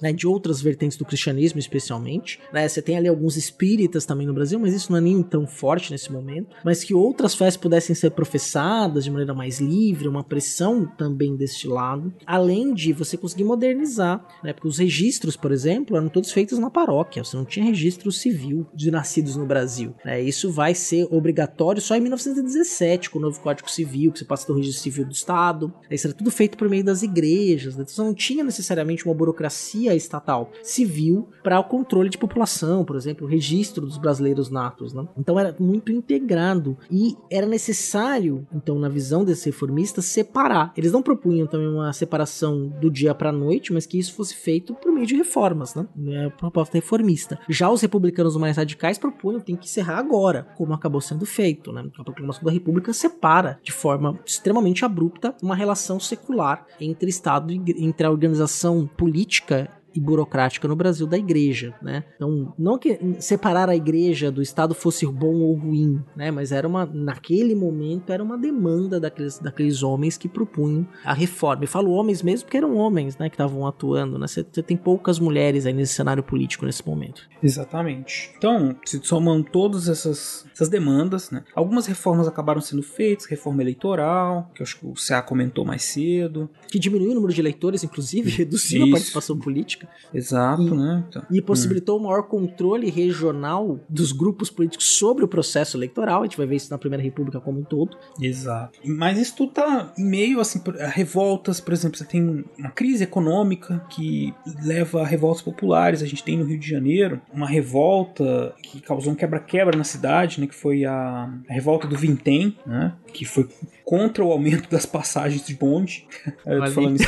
né, de outras vertentes do cristianismo especialmente, né, você tem ali alguns espíritas também no Brasil, mas isso não é nem tão forte nesse momento, mas que outras fés pudessem ser professadas de maneira mais livre, uma pressão também deste lado, além de você conseguir modernizar, né, porque os registros, por exemplo, eram todos feitos na paróquia, você não tinha registro civil de nascidos no Brasil, né, isso vai ser obrigatório só em mil novecentos e dezessete, com o novo Código Civil, que você passa do registro civil do Estado, isso era tudo feito por meio das igrejas, né, então você não tinha necessariamente uma burocracia estatal civil para o controle de população, por exemplo, o registro dos brasileiros natos, né? Então era muito integrado e era necessário, então, na visão desses reformistas, separar. Eles não propunham também uma separação do dia para a noite, mas que isso fosse feito por meio de reformas, né? É a proposta reformista. Já os republicanos mais radicais propunham que tem que encerrar agora, como acabou sendo feito, né? A proclamação da República separa de forma extremamente abrupta uma relação secular entre Estado e entre a organização política e burocrática no Brasil da igreja, né? Então, não que separar a igreja do Estado fosse bom ou ruim, né? Mas era uma, naquele momento, era uma demanda daqueles, daqueles homens que propunham a reforma. Eu falo homens mesmo porque eram homens, né, que estavam atuando, né? Você, você tem poucas mulheres aí nesse cenário político nesse momento. Exatamente. Então, se somam todas essas, essas demandas, né? Algumas reformas acabaram sendo feitas, reforma eleitoral, que eu acho que o C A comentou mais cedo. Que diminuiu o número de eleitores, inclusive, reduziu a participação política. Exato, e, né? Então, e possibilitou um maior controle regional dos grupos políticos sobre o processo eleitoral. A gente vai ver isso na Primeira República como um todo. Exato. Mas isso tudo tá em meio assim, a revoltas, por exemplo, você tem uma crise econômica que leva a revoltas populares. A gente tem no Rio de Janeiro uma revolta que causou um quebra-quebra na cidade, né? Que foi a, a revolta do Vintém, né? Que foi contra o aumento das passagens de bonde. Eu tô falando isso.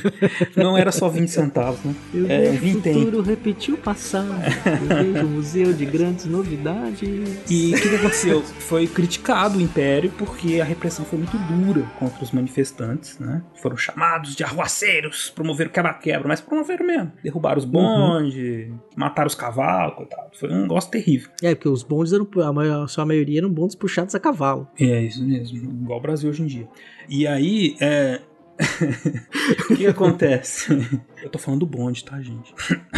Não era só vinte centavos, né? Eu é, vejo o futuro repetir o passado. Eu vejo um museu de grandes novidades. E o que, que aconteceu? Foi criticado o Império porque a repressão foi muito dura contra os manifestantes, né? Foram chamados de arruaceiros, promoveram quebra-quebra, mas promoveram mesmo. Derrubaram os bondes, uhum. mataram os cavalos, coitado. Foi um negócio terrível. É, porque os bondes eram, a, maior, a sua maioria eram bondes puxados a cavalo. É, isso mesmo. Igual o Brasil hoje em dia. E aí, é... o que acontece? Eu tô falando do bonde, tá, gente?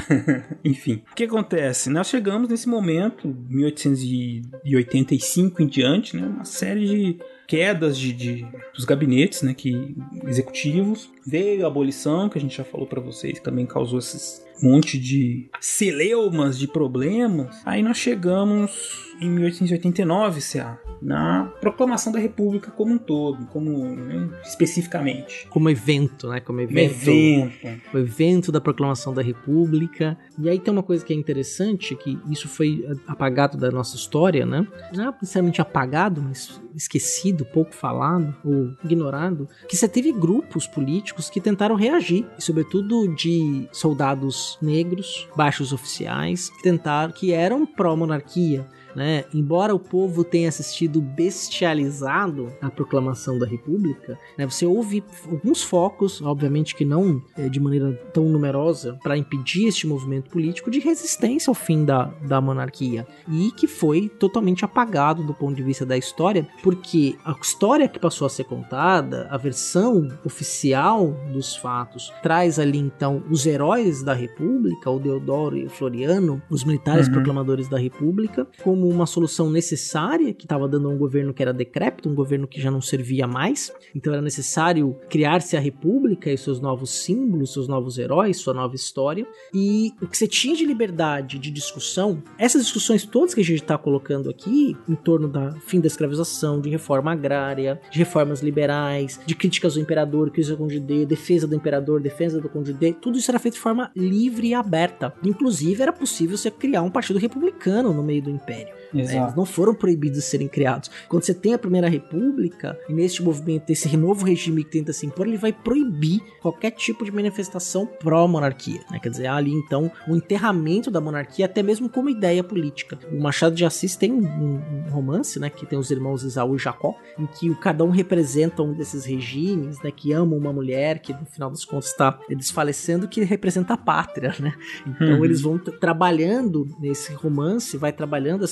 Enfim, o que acontece? Nós chegamos nesse momento, mil oitocentos e oitenta e cinco em diante, né? Uma série de quedas de, de, dos gabinetes, né, que, executivos. Veio a abolição, que a gente já falou pra vocês, que também causou esses monte de celeumas, de problemas. Aí nós chegamos em mil oitocentos e oitenta e nove, C A, na proclamação da República como um todo, como, né, especificamente. Como evento, né? Como evento. evento. O evento da proclamação da República. E aí tem uma coisa que é interessante, que isso foi apagado da nossa história, né? Não é necessariamente apagado, mas esquecido, pouco falado ou ignorado, que você teve grupos políticos que tentaram reagir, e sobretudo de soldados negros, baixos oficiais, que tentaram, que eram pró-monarquia. Né? Embora o povo tenha assistido bestializado a proclamação da República, né? Você ouve alguns focos, obviamente que não é, de maneira tão numerosa, para impedir este movimento político de resistência ao fim da, da monarquia, e que foi totalmente apagado do ponto de vista da história, porque a história que passou a ser contada, a versão oficial dos fatos, traz ali então os heróis da República, o Deodoro e o Floriano, os militares uhum. proclamadores da República, como uma solução necessária, que estava dando a um governo que era decrépito, um governo que já não servia mais, então era necessário criar-se a República e seus novos símbolos, seus novos heróis, sua nova história, e o que você tinha de liberdade de discussão, essas discussões todas que a gente está colocando aqui, em torno da fim da escravização, de reforma agrária, de reformas liberais, de críticas ao imperador, crítica ao Conde D, defesa do imperador, defesa do Conde D, tudo isso era feito de forma livre e aberta. Inclusive era possível você criar um partido republicano no meio do império. Exato. Eles não foram proibidos de serem criados. Quando você tem a Primeira República, e neste movimento, esse novo regime que tenta se impor, ele vai proibir qualquer tipo de manifestação pró-monarquia, né? Quer dizer, há ali então o enterramento da monarquia, até mesmo como ideia política. O Machado de Assis tem um, um romance, né, que tem os irmãos Esaú e Jacó, em que cada um representa um desses regimes, né, que amam uma mulher que no final das contas está desfalecendo, que representa a pátria, né? Então uhum. eles vão t- trabalhando nesse romance, vai trabalhando essa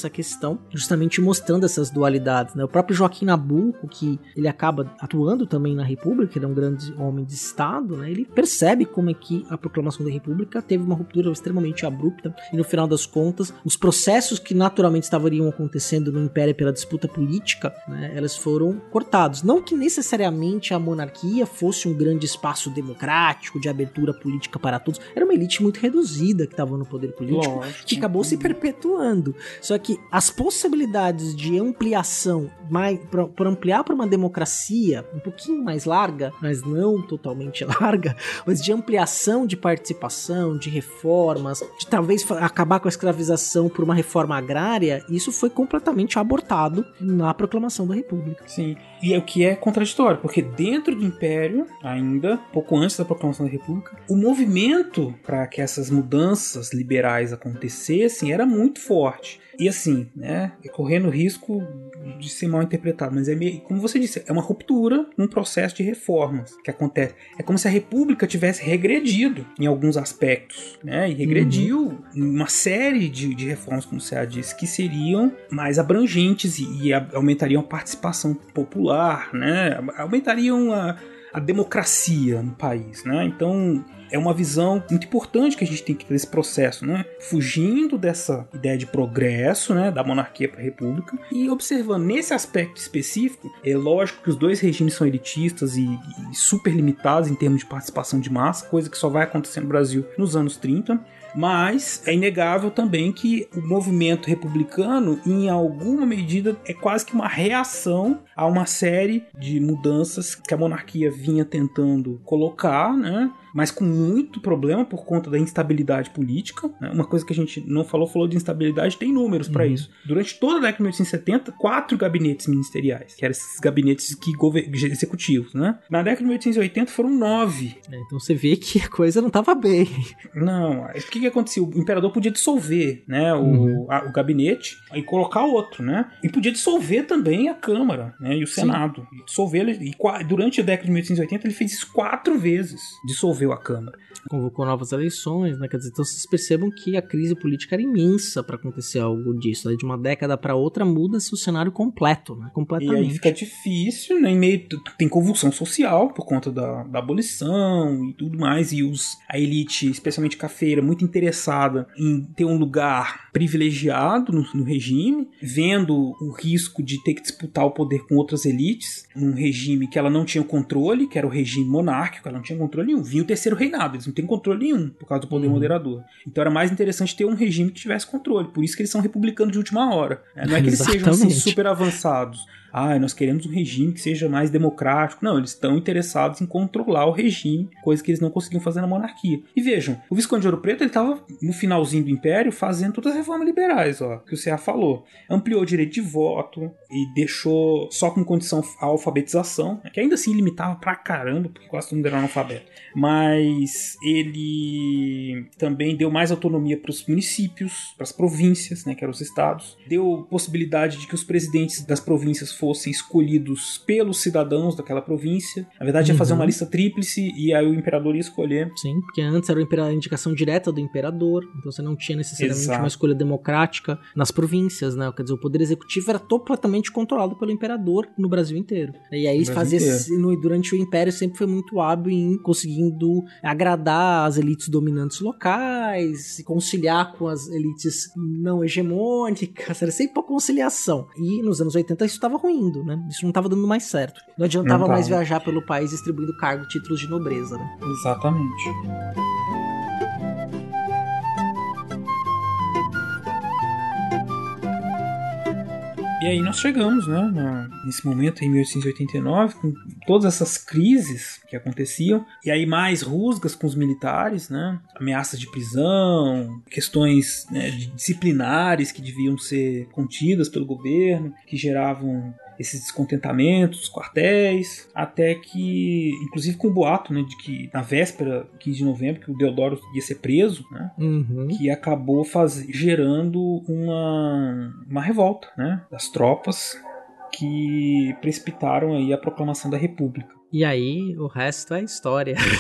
essa questão, justamente mostrando essas dualidades, né? O próprio Joaquim Nabuco, que ele acaba atuando também na República, ele é um grande homem de Estado, né? Ele percebe como é que a proclamação da República teve uma ruptura extremamente abrupta e no final das contas, os processos que naturalmente estariam acontecendo no Império pela disputa política, né, elas foram cortados. Não que necessariamente a monarquia fosse um grande espaço democrático, de abertura política para todos, era uma elite muito reduzida que estava no poder político, Lógico. que acabou se perpetuando. Só que as possibilidades de ampliação, para ampliar para uma democracia um pouquinho mais larga, mas não totalmente larga, mas de ampliação de participação, de reformas, de talvez acabar com a escravização por uma reforma agrária, isso foi completamente abortado na proclamação da República. Sim, e é o que é contraditório, porque dentro do Império, ainda, pouco antes da proclamação da República, o movimento para que essas mudanças liberais acontecessem era muito forte. E assim, né, correndo o risco de ser mal interpretado, mas é meio, como você disse, é uma ruptura num processo de reformas que acontece. É como se a República tivesse regredido em alguns aspectos, né, e regrediu uhum. uma série de, de reformas, como você já disse, que seriam mais abrangentes e, e a, aumentariam a participação popular, né, aumentariam a, a democracia no país, né, então... É uma visão muito importante que a gente tem que ter desse processo, né? Fugindo dessa ideia de progresso, né? Da monarquia para a república e observando nesse aspecto específico, é lógico que os dois regimes são elitistas e, e super limitados em termos de participação de massa, coisa que só vai acontecer no Brasil nos anos trinta. Mas é inegável também que o movimento republicano, em alguma medida, é quase que uma reação a uma série de mudanças que a monarquia vinha tentando colocar, né? Mas com muito problema por conta da instabilidade política, né? Uma coisa que a gente não falou, falou de instabilidade, tem números uhum. para isso. Durante toda a década de mil oitocentos e setenta, quatro gabinetes ministeriais, que eram esses gabinetes que gover- executivos, né? Na década de mil oitocentos e oitenta foram nove. É, então você vê que a coisa não estava bem. Não, o que que acontecia? O imperador podia dissolver, né, o, uhum. a, o gabinete e colocar outro, né? E podia dissolver também a Câmara, né, e o Senado. E dissolver, e durante a década de mil oitocentos e oitenta ele fez isso quatro vezes. Dissolveu a Câmara. Convocou novas eleições, né? Quer dizer, então vocês percebam que a crise política era imensa para acontecer algo disso. Né? De uma década para outra muda-se o cenário completo, né? Completamente. E aí fica difícil, né? Em meio tem convulsão social por conta da, da abolição e tudo mais, e os, a elite, especialmente cafeira, muito interessada em ter um lugar privilegiado no, no regime, vendo o risco de ter que disputar o poder com outras elites, num regime que ela não tinha controle, que era o regime monárquico, ela não tinha controle nenhum. Vinha o terceiro reinado, eles não têm controle nenhum por causa do poder uhum. moderador. Então era mais interessante ter um regime que tivesse controle, por isso que eles são republicanos de última hora. Não é que eles sejam assim, super avançados. Ah, nós queremos um regime que seja mais democrático. Não, eles estão interessados em controlar o regime, coisa que eles não conseguiam fazer na monarquia. E vejam, o Visconde de Ouro Preto, ele estava no finalzinho do Império fazendo todas as reformas liberais, ó, que o C A falou. Ampliou o direito de voto e deixou só com condição a alfabetização, que ainda assim limitava pra caramba, porque quase todo mundo era analfabeto. Mas ele também deu mais autonomia para os municípios, para as províncias, né, que eram os estados. Deu possibilidade de que os presidentes das províncias fossem escolhidos pelos cidadãos daquela província. Na verdade, ia fazer uma lista tríplice e aí o imperador ia escolher. Sim, porque antes era a indicação direta do imperador, então você não tinha necessariamente Exato. Uma escolha democrática nas províncias, né? Quer dizer, o poder executivo era completamente controlado pelo imperador no Brasil inteiro. E aí fazia no, durante o Império sempre foi muito hábil em conseguindo agradar as elites dominantes locais, conciliar com as elites não hegemônicas, era sempre uma conciliação. E nos anos oitenta isso estava ruindo, né? Isso não estava dando mais certo. Não adiantava não mais viajar pelo país distribuindo cargo e títulos de nobreza, né? Exatamente. E aí nós chegamos, né, nesse momento em mil oitocentos e oitenta e nove, com todas essas crises que aconteciam, e aí mais rusgas com os militares, né, ameaças de prisão, questões, né, disciplinares que deviam ser contidas pelo governo, que geravam esses descontentamentos, os quartéis, até que, inclusive com o boato, né, de que na véspera, quinze de novembro, que o Deodoro ia ser preso, né, uhum. que acabou faz... gerando uma, uma revolta, né, das tropas que precipitaram aí a proclamação da República. E aí, o resto é história.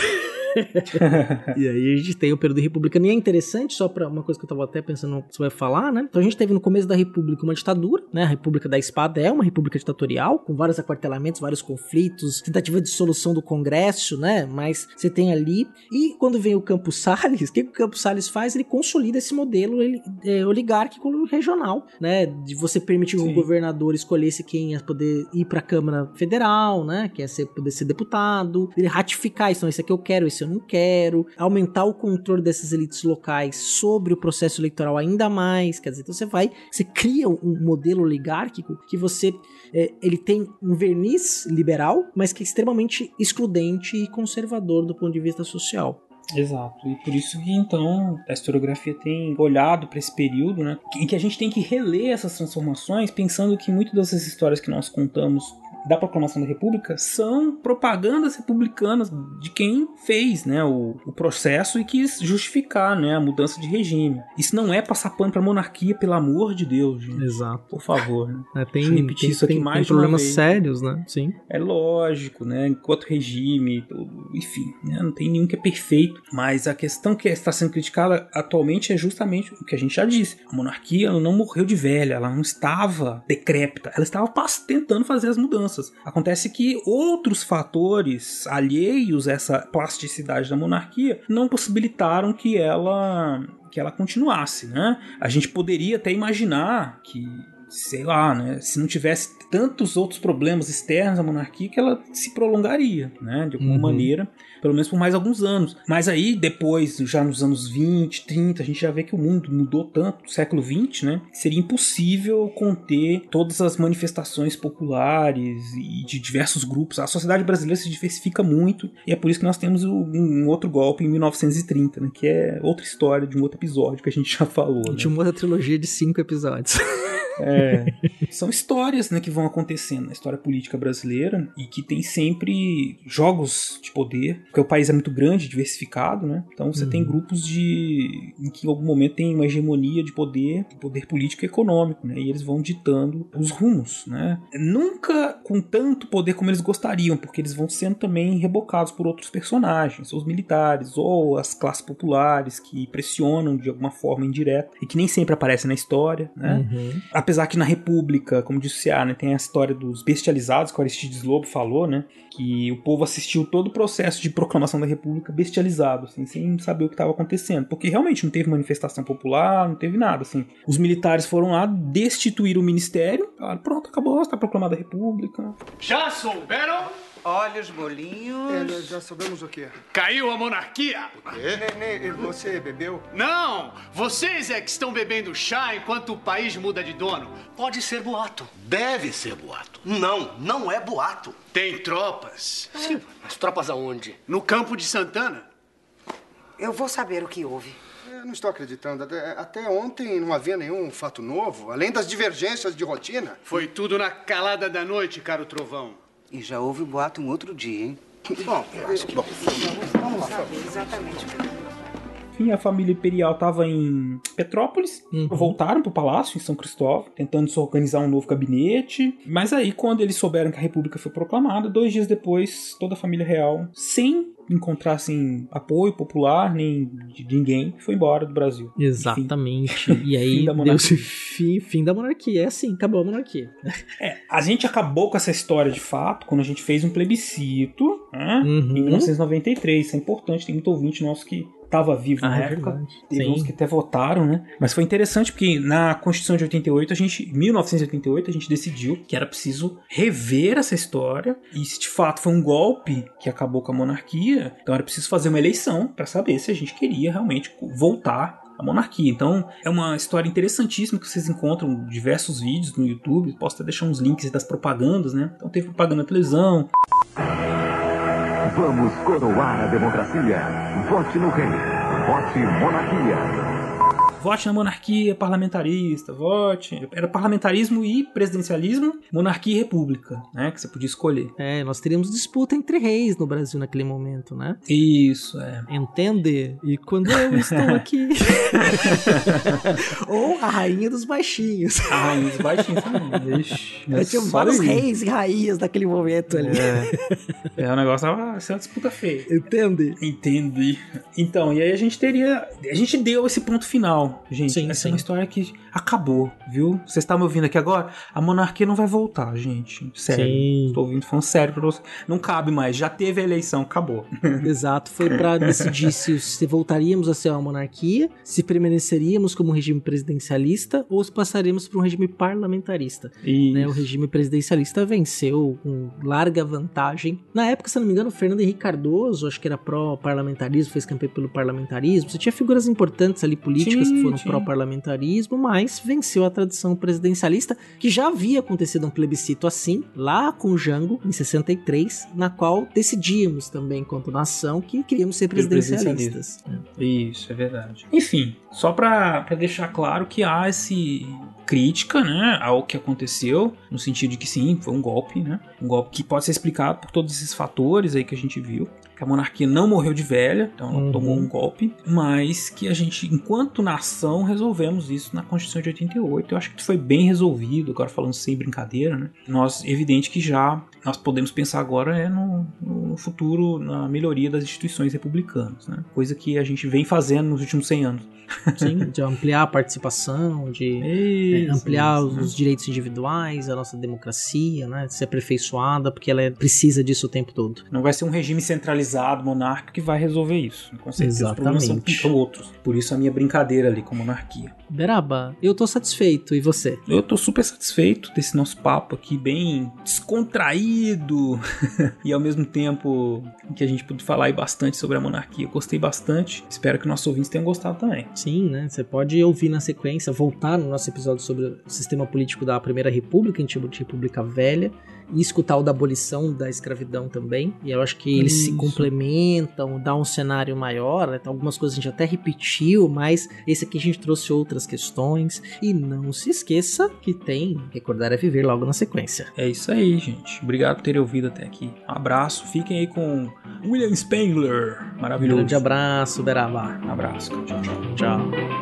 E aí a gente tem o período republicano, e é interessante, só pra uma coisa que eu tava até pensando que você vai falar, né? Então a gente teve no começo da república uma ditadura, né? A República da Espada é uma república ditatorial, com vários aquartelamentos, vários conflitos, tentativa de dissolução do Congresso, né? Mas você tem ali, e quando vem o Campos Salles, o que o Campos Salles faz? Ele consolida esse modelo ele, é, oligárquico regional, né? De você permitir Sim. o governador escolhesse quem ia poder ir pra Câmara Federal, né? Que é ser, poder ser deputado, ele ratificar isso, então esse aqui eu quero, esse eu não quero, aumentar o controle dessas elites locais sobre o processo eleitoral ainda mais, quer dizer, então você vai, você cria um modelo oligárquico que você, é, ele tem um verniz liberal, mas que é extremamente excludente e conservador do ponto de vista social. Exato, e por isso que então a historiografia tem olhado para esse período, né, em que a gente tem que reler essas transformações, pensando que muitas dessas histórias que nós contamos da proclamação da República são propagandas republicanas de quem fez, né, o, o processo e quis justificar, né, a mudança de regime. Isso não é passar pano para a monarquia, pelo amor de Deus, gente. Exato. Por favor. Né? É, tem, tem, isso aqui tem, mais tem problemas sérios, né? Sim. É lógico, né? Enquanto regime, enfim, né? Não tem nenhum que é perfeito. Mas a questão que está sendo criticada atualmente é justamente o que a gente já disse. A monarquia ela não morreu de velha, ela não estava decrépita, ela estava tentando fazer as mudanças. Acontece que outros fatores alheios a essa plasticidade da monarquia não possibilitaram que ela, que ela continuasse, né? A gente poderia até imaginar que, sei lá, né, se não tivesse tantos outros problemas externos à monarquia, que ela se prolongaria, né, de alguma uhum. maneira, pelo menos por mais alguns anos. Mas aí depois, já nos anos vinte, trinta, a gente já vê que o mundo mudou tanto, no século vinte, né, que seria impossível conter todas as manifestações populares e de diversos grupos. A sociedade brasileira se diversifica muito, e é por isso que nós temos um outro golpe em mil novecentos e trinta, né, que é outra história de um outro episódio que a gente já falou. A gente né? uma outra trilogia de cinco episódios. É, são histórias, né, que vão acontecendo na história política brasileira e que tem sempre jogos de poder, porque o país é muito grande, diversificado, né? Então você uhum. tem grupos de em que em algum momento tem uma hegemonia de poder, poder político e econômico, né? E eles vão ditando os rumos, né? Nunca com tanto poder como eles gostariam, porque eles vão sendo também rebocados por outros personagens, os militares ou as classes populares que pressionam de alguma forma indireta e que nem sempre aparecem na história, né? Uhum. Apesar que na República, como disse o C A, né, tem a história dos bestializados, que o Aristides Lobo falou, né, que o povo assistiu todo o processo de proclamação da República bestializado, assim, sem saber o que estava acontecendo, porque realmente não teve manifestação popular, não teve nada, assim. Os militares foram lá destituir o ministério, falaram, pronto, acabou, está proclamada a República. Já souberam? Olha os bolinhos. É, nós já sabemos o quê? Caiu a monarquia. O quê? Nenê, você bebeu? Não! Vocês é que estão bebendo chá enquanto o país muda de dono. Pode ser boato. Deve ser boato. Não, não é boato. Tem tropas. Sim, mas tropas aonde? No campo de Santana. Eu vou saber o que houve. Eu não estou acreditando. Até, até ontem não havia nenhum fato novo, além das divergências de rotina. Foi tudo na calada da noite, caro Trovão. E já houve boato um outro dia, hein? Bom, eu acho que... Bom, vamos lá saber exatamente o que aconteceu. Enfim, a família imperial estava em Petrópolis, uhum. voltaram para o palácio em São Cristóvão, tentando se organizar um novo gabinete. Mas aí, quando eles souberam que a República foi proclamada, dois dias depois, toda a família real, sem encontrar assim, apoio popular nem de ninguém, foi embora do Brasil. Exatamente. Enfim, e aí deu-se fim, fim da monarquia. É assim, acabou a monarquia. É, a gente acabou com essa história de fato quando a gente fez um plebiscito, né, uhum. em mil novecentos e noventa e três. Isso é importante, tem muito ouvinte nosso que estava vivo na ah, época. É Teve uns que até votaram, né? Mas foi interessante porque na Constituição de oitenta e oito, a gente, mil novecentos e oitenta e oito, a gente decidiu que era preciso rever essa história. E se de fato foi um golpe que acabou com a monarquia, então era preciso fazer uma eleição para saber se a gente queria realmente voltar à monarquia. Então é uma história interessantíssima que vocês encontram diversos vídeos no YouTube. Posso até deixar uns links das propagandas, né? Então teve propaganda na televisão. Vamos coroar a democracia. Vote no rei. Vote monarquia. vote na monarquia parlamentarista, vote. Era parlamentarismo e presidencialismo, monarquia e república, né? Que você podia escolher. É, nós teríamos disputa entre reis no Brasil naquele momento, né? Isso, é. Entende? E quando eu estou aqui... Ou a rainha dos baixinhos. A rainha dos baixinhos também. Eu tinha vários reis e rainhas naquele momento ali. É, é o negócio tava sendo uma disputa feia. Entende? Entendi. Então, e aí a gente teria... A gente deu esse ponto final, gente. Sim, Essa sim. é uma história que acabou, viu? Você está me ouvindo aqui agora? A monarquia não vai voltar, gente. Sério. Sim. Estou ouvindo, falando sério pra você. Não cabe mais. Já teve a eleição, acabou. Exato. Foi pra decidir se, se voltaríamos a ser uma monarquia, se permaneceríamos como um regime presidencialista ou se passaríamos para um regime parlamentarista. Né? O regime presidencialista venceu com larga vantagem. Na época, se não me engano, o Fernando Henrique Cardoso, acho que era pró-parlamentarismo, fez campanha pelo parlamentarismo. Você tinha figuras importantes ali, políticas, sim, que foram pró-parlamentarismo, mas venceu a tradição presidencialista, que já havia acontecido um plebiscito assim, lá com o Jango, em sessenta e três, na qual decidíamos também, enquanto nação, que queríamos ser presidencialistas. Isso, é verdade. Enfim, só pra, pra deixar claro que há esse... crítica, né, ao que aconteceu, no sentido de que sim, foi um golpe, né, um golpe que pode ser explicado por todos esses fatores aí que a gente viu, que a monarquia não morreu de velha, então ela uhum. tomou um golpe, mas que a gente, enquanto nação, resolvemos isso na Constituição de oitenta e oito. Eu acho que foi bem resolvido, agora falando sem brincadeira, né, nós, evidente que já nós podemos pensar agora é no, no futuro, na melhoria das instituições republicanas, né, coisa que a gente vem fazendo nos últimos cem anos. Sim, de ampliar a participação, de isso, é, ampliar isso, os né? direitos individuais, a nossa democracia, né, de ser aperfeiçoada, porque ela é, precisa disso o tempo todo. Não vai ser um regime centralizado, monárquico, que vai resolver isso. Com certeza. Exatamente. Os problemas são outros. Por isso a minha brincadeira ali com a monarquia. Beraba, eu tô satisfeito, e você? Eu tô super satisfeito desse nosso papo aqui, bem descontraído e ao mesmo tempo que a gente pôde falar aí bastante sobre a monarquia. Eu gostei bastante, espero que nossos ouvintes tenham gostado também. Sim, né? Você pode ouvir na sequência, voltar no nosso episódio sobre o sistema político da Primeira República, a gente chama de República Velha, e escutar o da abolição da escravidão também. E eu acho que eles Isso. se complementam, dá um cenário maior, né? Algumas coisas a gente até repetiu, mas esse aqui a gente trouxe outras questões. E não se esqueça que tem Recordar é Viver logo na sequência. É isso aí, gente. Obrigado por terem ouvido até aqui. Um abraço, fiquem aí com William Spengler. Maravilhoso. Um grande abraço, Beraba. Um abraço. Tchau, tchau. Tchau.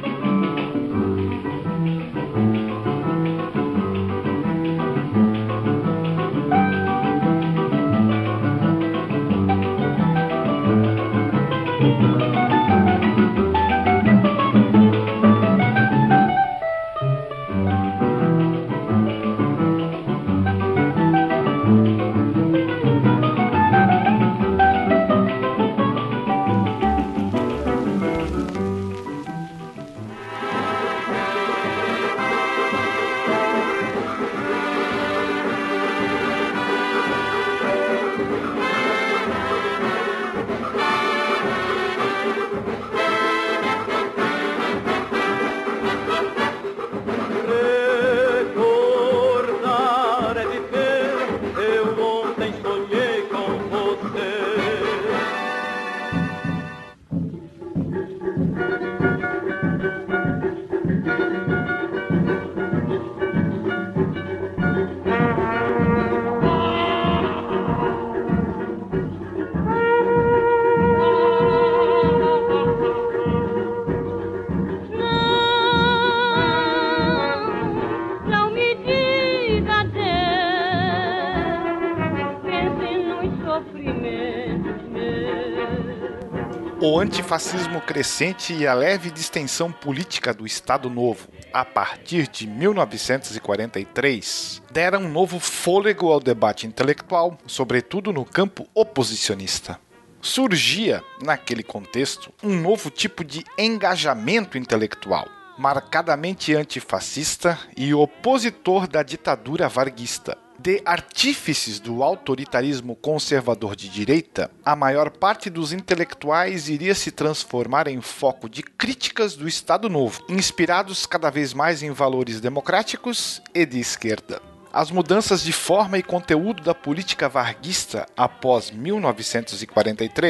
O antifascismo crescente e a leve distensão política do Estado Novo, a partir de mil novecentos e quarenta e três, deram um novo fôlego ao debate intelectual, sobretudo no campo oposicionista. Surgia, naquele contexto, um novo tipo de engajamento intelectual, marcadamente antifascista e opositor da ditadura varguista. De artífices do autoritarismo conservador de direita, a maior parte dos intelectuais iria se transformar em foco de críticas do Estado Novo, inspirados cada vez mais em valores democráticos e de esquerda. As mudanças de forma e conteúdo da política varguista após mil novecentos e quarenta e três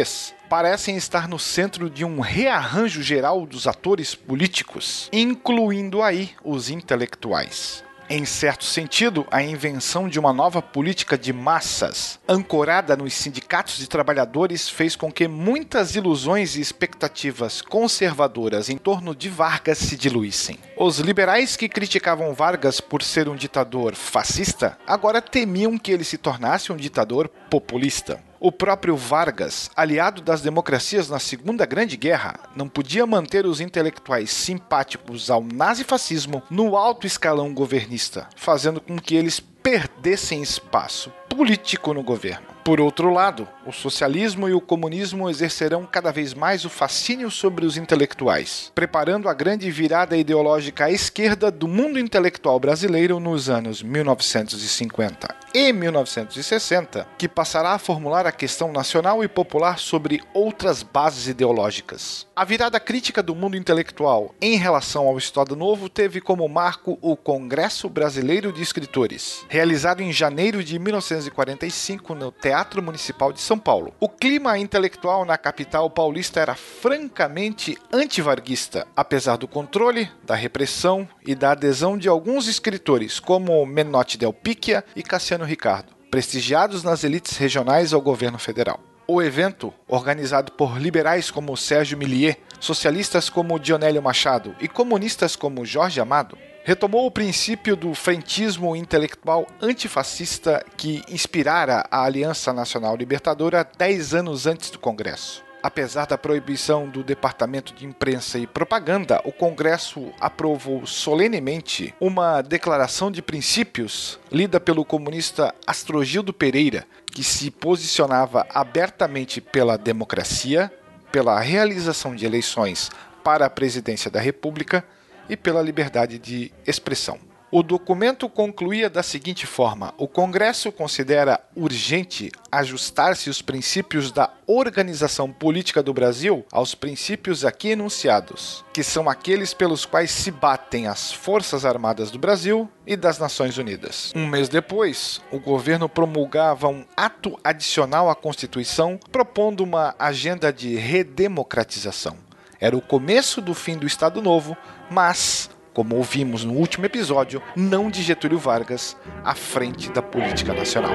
parecem estar no centro de um rearranjo geral dos atores políticos, incluindo aí os intelectuais. Em certo sentido, a invenção de uma nova política de massas, ancorada nos sindicatos de trabalhadores, fez com que muitas ilusões e expectativas conservadoras em torno de Vargas se diluíssem. Os liberais que criticavam Vargas por ser um ditador fascista, agora temiam que ele se tornasse um ditador populista. O próprio Vargas, aliado das democracias na Segunda Grande Guerra, não podia manter os intelectuais simpáticos ao nazifascismo no alto escalão governista, fazendo com que eles perdessem espaço político no governo. Por outro lado, o socialismo e o comunismo exercerão cada vez mais o fascínio sobre os intelectuais, preparando a grande virada ideológica à esquerda do mundo intelectual brasileiro nos anos mil novecentos e cinquenta e mil novecentos e sessenta, que passará a formular a questão nacional e popular sobre outras bases ideológicas. A virada crítica do mundo intelectual em relação ao Estado Novo teve como marco o Congresso Brasileiro de Escritores, realizado em janeiro de mil novecentos e quarenta e cinco no Teatro Municipal de São Paulo. O clima intelectual na capital paulista era francamente antivarguista, apesar do controle, da repressão e da adesão de alguns escritores, como Menotti Del Picchia e Cassiano Ricardo, prestigiados nas elites regionais ao governo federal. O evento, organizado por liberais como Sérgio Milliet, socialistas como Dionélio Machado e comunistas como Jorge Amado, retomou o princípio do frentismo intelectual antifascista que inspirara a Aliança Nacional Libertadora dez anos antes do Congresso. Apesar da proibição do Departamento de Imprensa e Propaganda, o Congresso aprovou solenemente uma declaração de princípios lida pelo comunista Astrogildo Pereira, que se posicionava abertamente pela democracia, pela realização de eleições para a presidência da República e pela liberdade de expressão. O documento concluía da seguinte forma: o Congresso considera urgente ajustar-se os princípios da organização política do Brasil aos princípios aqui enunciados, que são aqueles pelos quais se batem as Forças Armadas do Brasil e das Nações Unidas. Um mês depois, o governo promulgava um ato adicional à Constituição, propondo uma agenda de redemocratização. Era o começo do fim do Estado Novo, mas, como ouvimos no último episódio, não de Getúlio Vargas à frente da política nacional.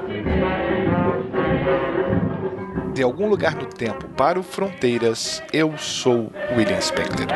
De algum lugar no tempo para o Fronteiras, eu sou William Spengler.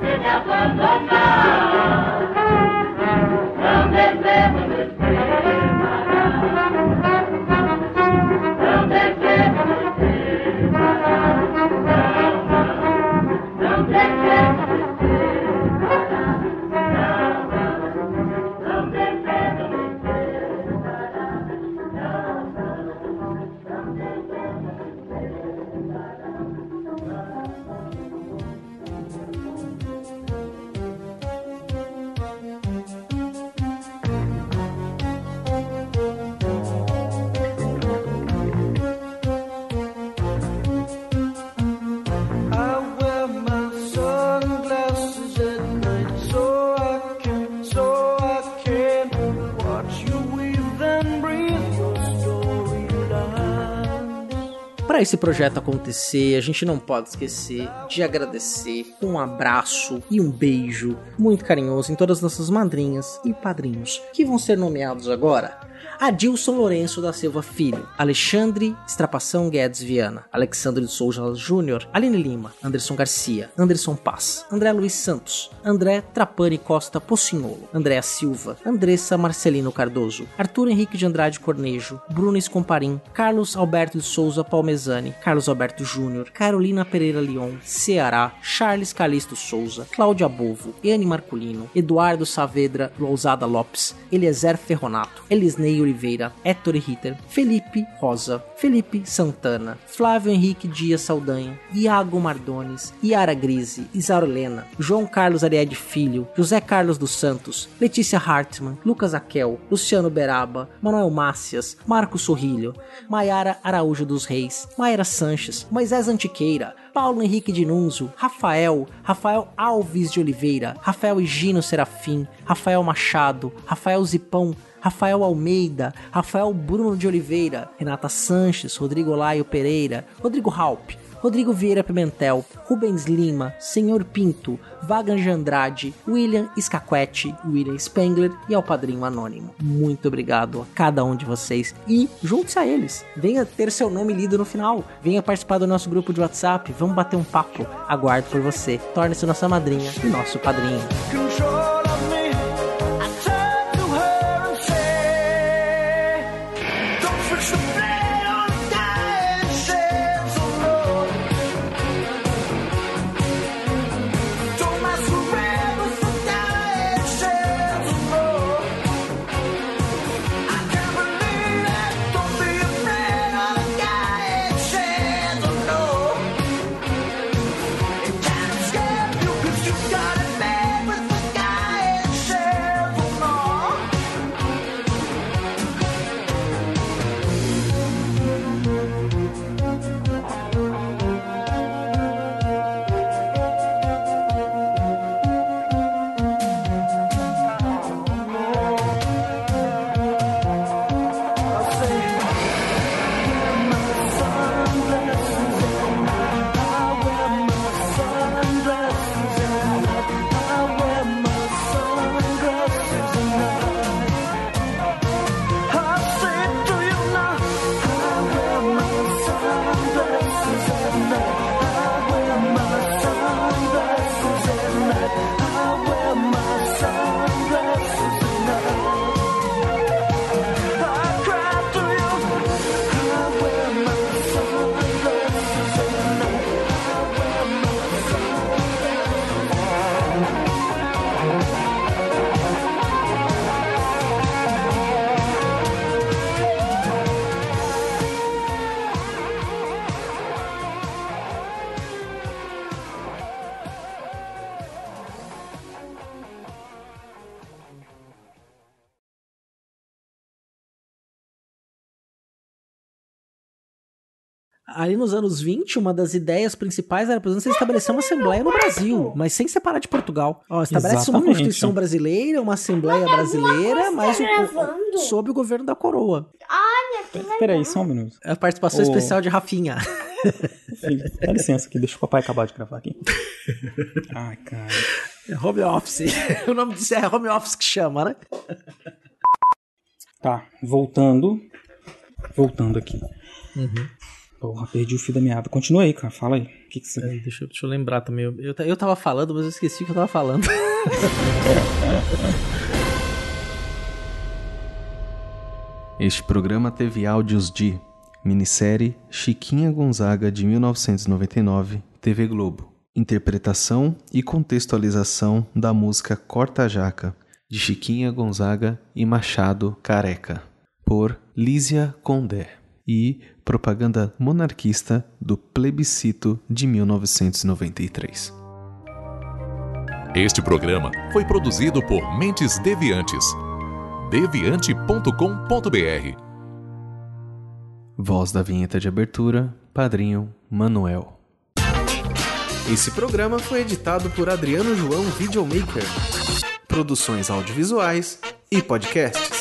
Para esse projeto acontecer, a gente não pode esquecer de agradecer um abraço e um beijo muito carinhoso em todas as nossas madrinhas e padrinhos, que vão ser nomeados agora: Adilson Lourenço da Silva Filho, Alexandre Estrapação Guedes Viana, Alexandre de Souza Júnior, Aline Lima, Anderson Garcia, Anderson Paz, André Luiz Santos, André Trapani Costa Pocinholo, Andréa Silva, Andressa Marcelino Cardoso, Arthur Henrique de Andrade Cornejo, Bruno Escomparim, Carlos Alberto de Souza Palmezani, Carlos Alberto Júnior, Carolina Pereira Leon, Ceará, Charles Calixto Souza, Cláudia Bovo, Ene Marculino, Eduardo Saavedra Lousada Lopes, Eliezer Ferronato, Elisnei Oliveira, Héctor Ritter, Felipe Rosa, Felipe Santana, Flávio Henrique Dias Saldanha, Iago Mardones, Yara Grise, Isaura Helena, João Carlos Ariede Filho, José Carlos dos Santos, Letícia Hartmann, Lucas Aquel, Luciano Beraba, Manuel Mácias, Marcos Sorrilho, Maiara Araújo dos Reis, Mayra Sanches, Moisés Antiqueira, Paulo Henrique de Nunzo, Rafael, Rafael Alves de Oliveira, Rafael Higino Serafim, Rafael Machado, Rafael Zipão, Rafael Almeida, Rafael Bruno de Oliveira, Renata Sanches, Rodrigo Laio Pereira, Rodrigo Halp, Rodrigo Vieira Pimentel, Rubens Lima, Senhor Pinto, Vagan de Andrade, William Scaquetti, William Spengler e ao Padrinho Anônimo. Muito obrigado a cada um de vocês e junte-se a eles. Venha ter seu nome lido no final. Venha participar do nosso grupo de WhatsApp. Vamos bater um papo. Aguardo por você. Torne-se nossa madrinha e nosso padrinho. Ali nos anos vinte, uma das ideias principais era, por exemplo, você estabelecer uma assembleia no Brasil, mas sem separar de Portugal. Ó, estabelece Exatamente. uma Constituição brasileira, uma assembleia brasileira, mas o, o, sob o governo da coroa. Olha, Espera aí, só um minuto. A participação oh. especial de Rafinha. Filho, dá licença aqui, deixa o papai acabar de gravar aqui. Ai, cara. É home office. O nome disso é home office que chama, né? Tá, voltando. Voltando aqui. Uhum. Porra, perdi o fio da meada. Continua aí, cara. Fala aí. O que que você... É, deixa, eu, deixa eu lembrar também. Eu, eu, eu tava falando, mas eu esqueci o que eu tava falando. Este programa teve áudios de minissérie Chiquinha Gonzaga de mil novecentos e noventa e nove, T V Globo. Interpretação e contextualização da música Corta Jaca, de Chiquinha Gonzaga e Machado Careca, por Lísia Condé. E propaganda monarquista do plebiscito de mil novecentos e noventa e três. Este programa foi produzido por Mentes Deviantes. deviante ponto com ponto b r. Voz da vinheta de abertura, Padrinho Manuel. Esse programa foi editado por Adriano João Videomaker. Produções audiovisuais e podcast.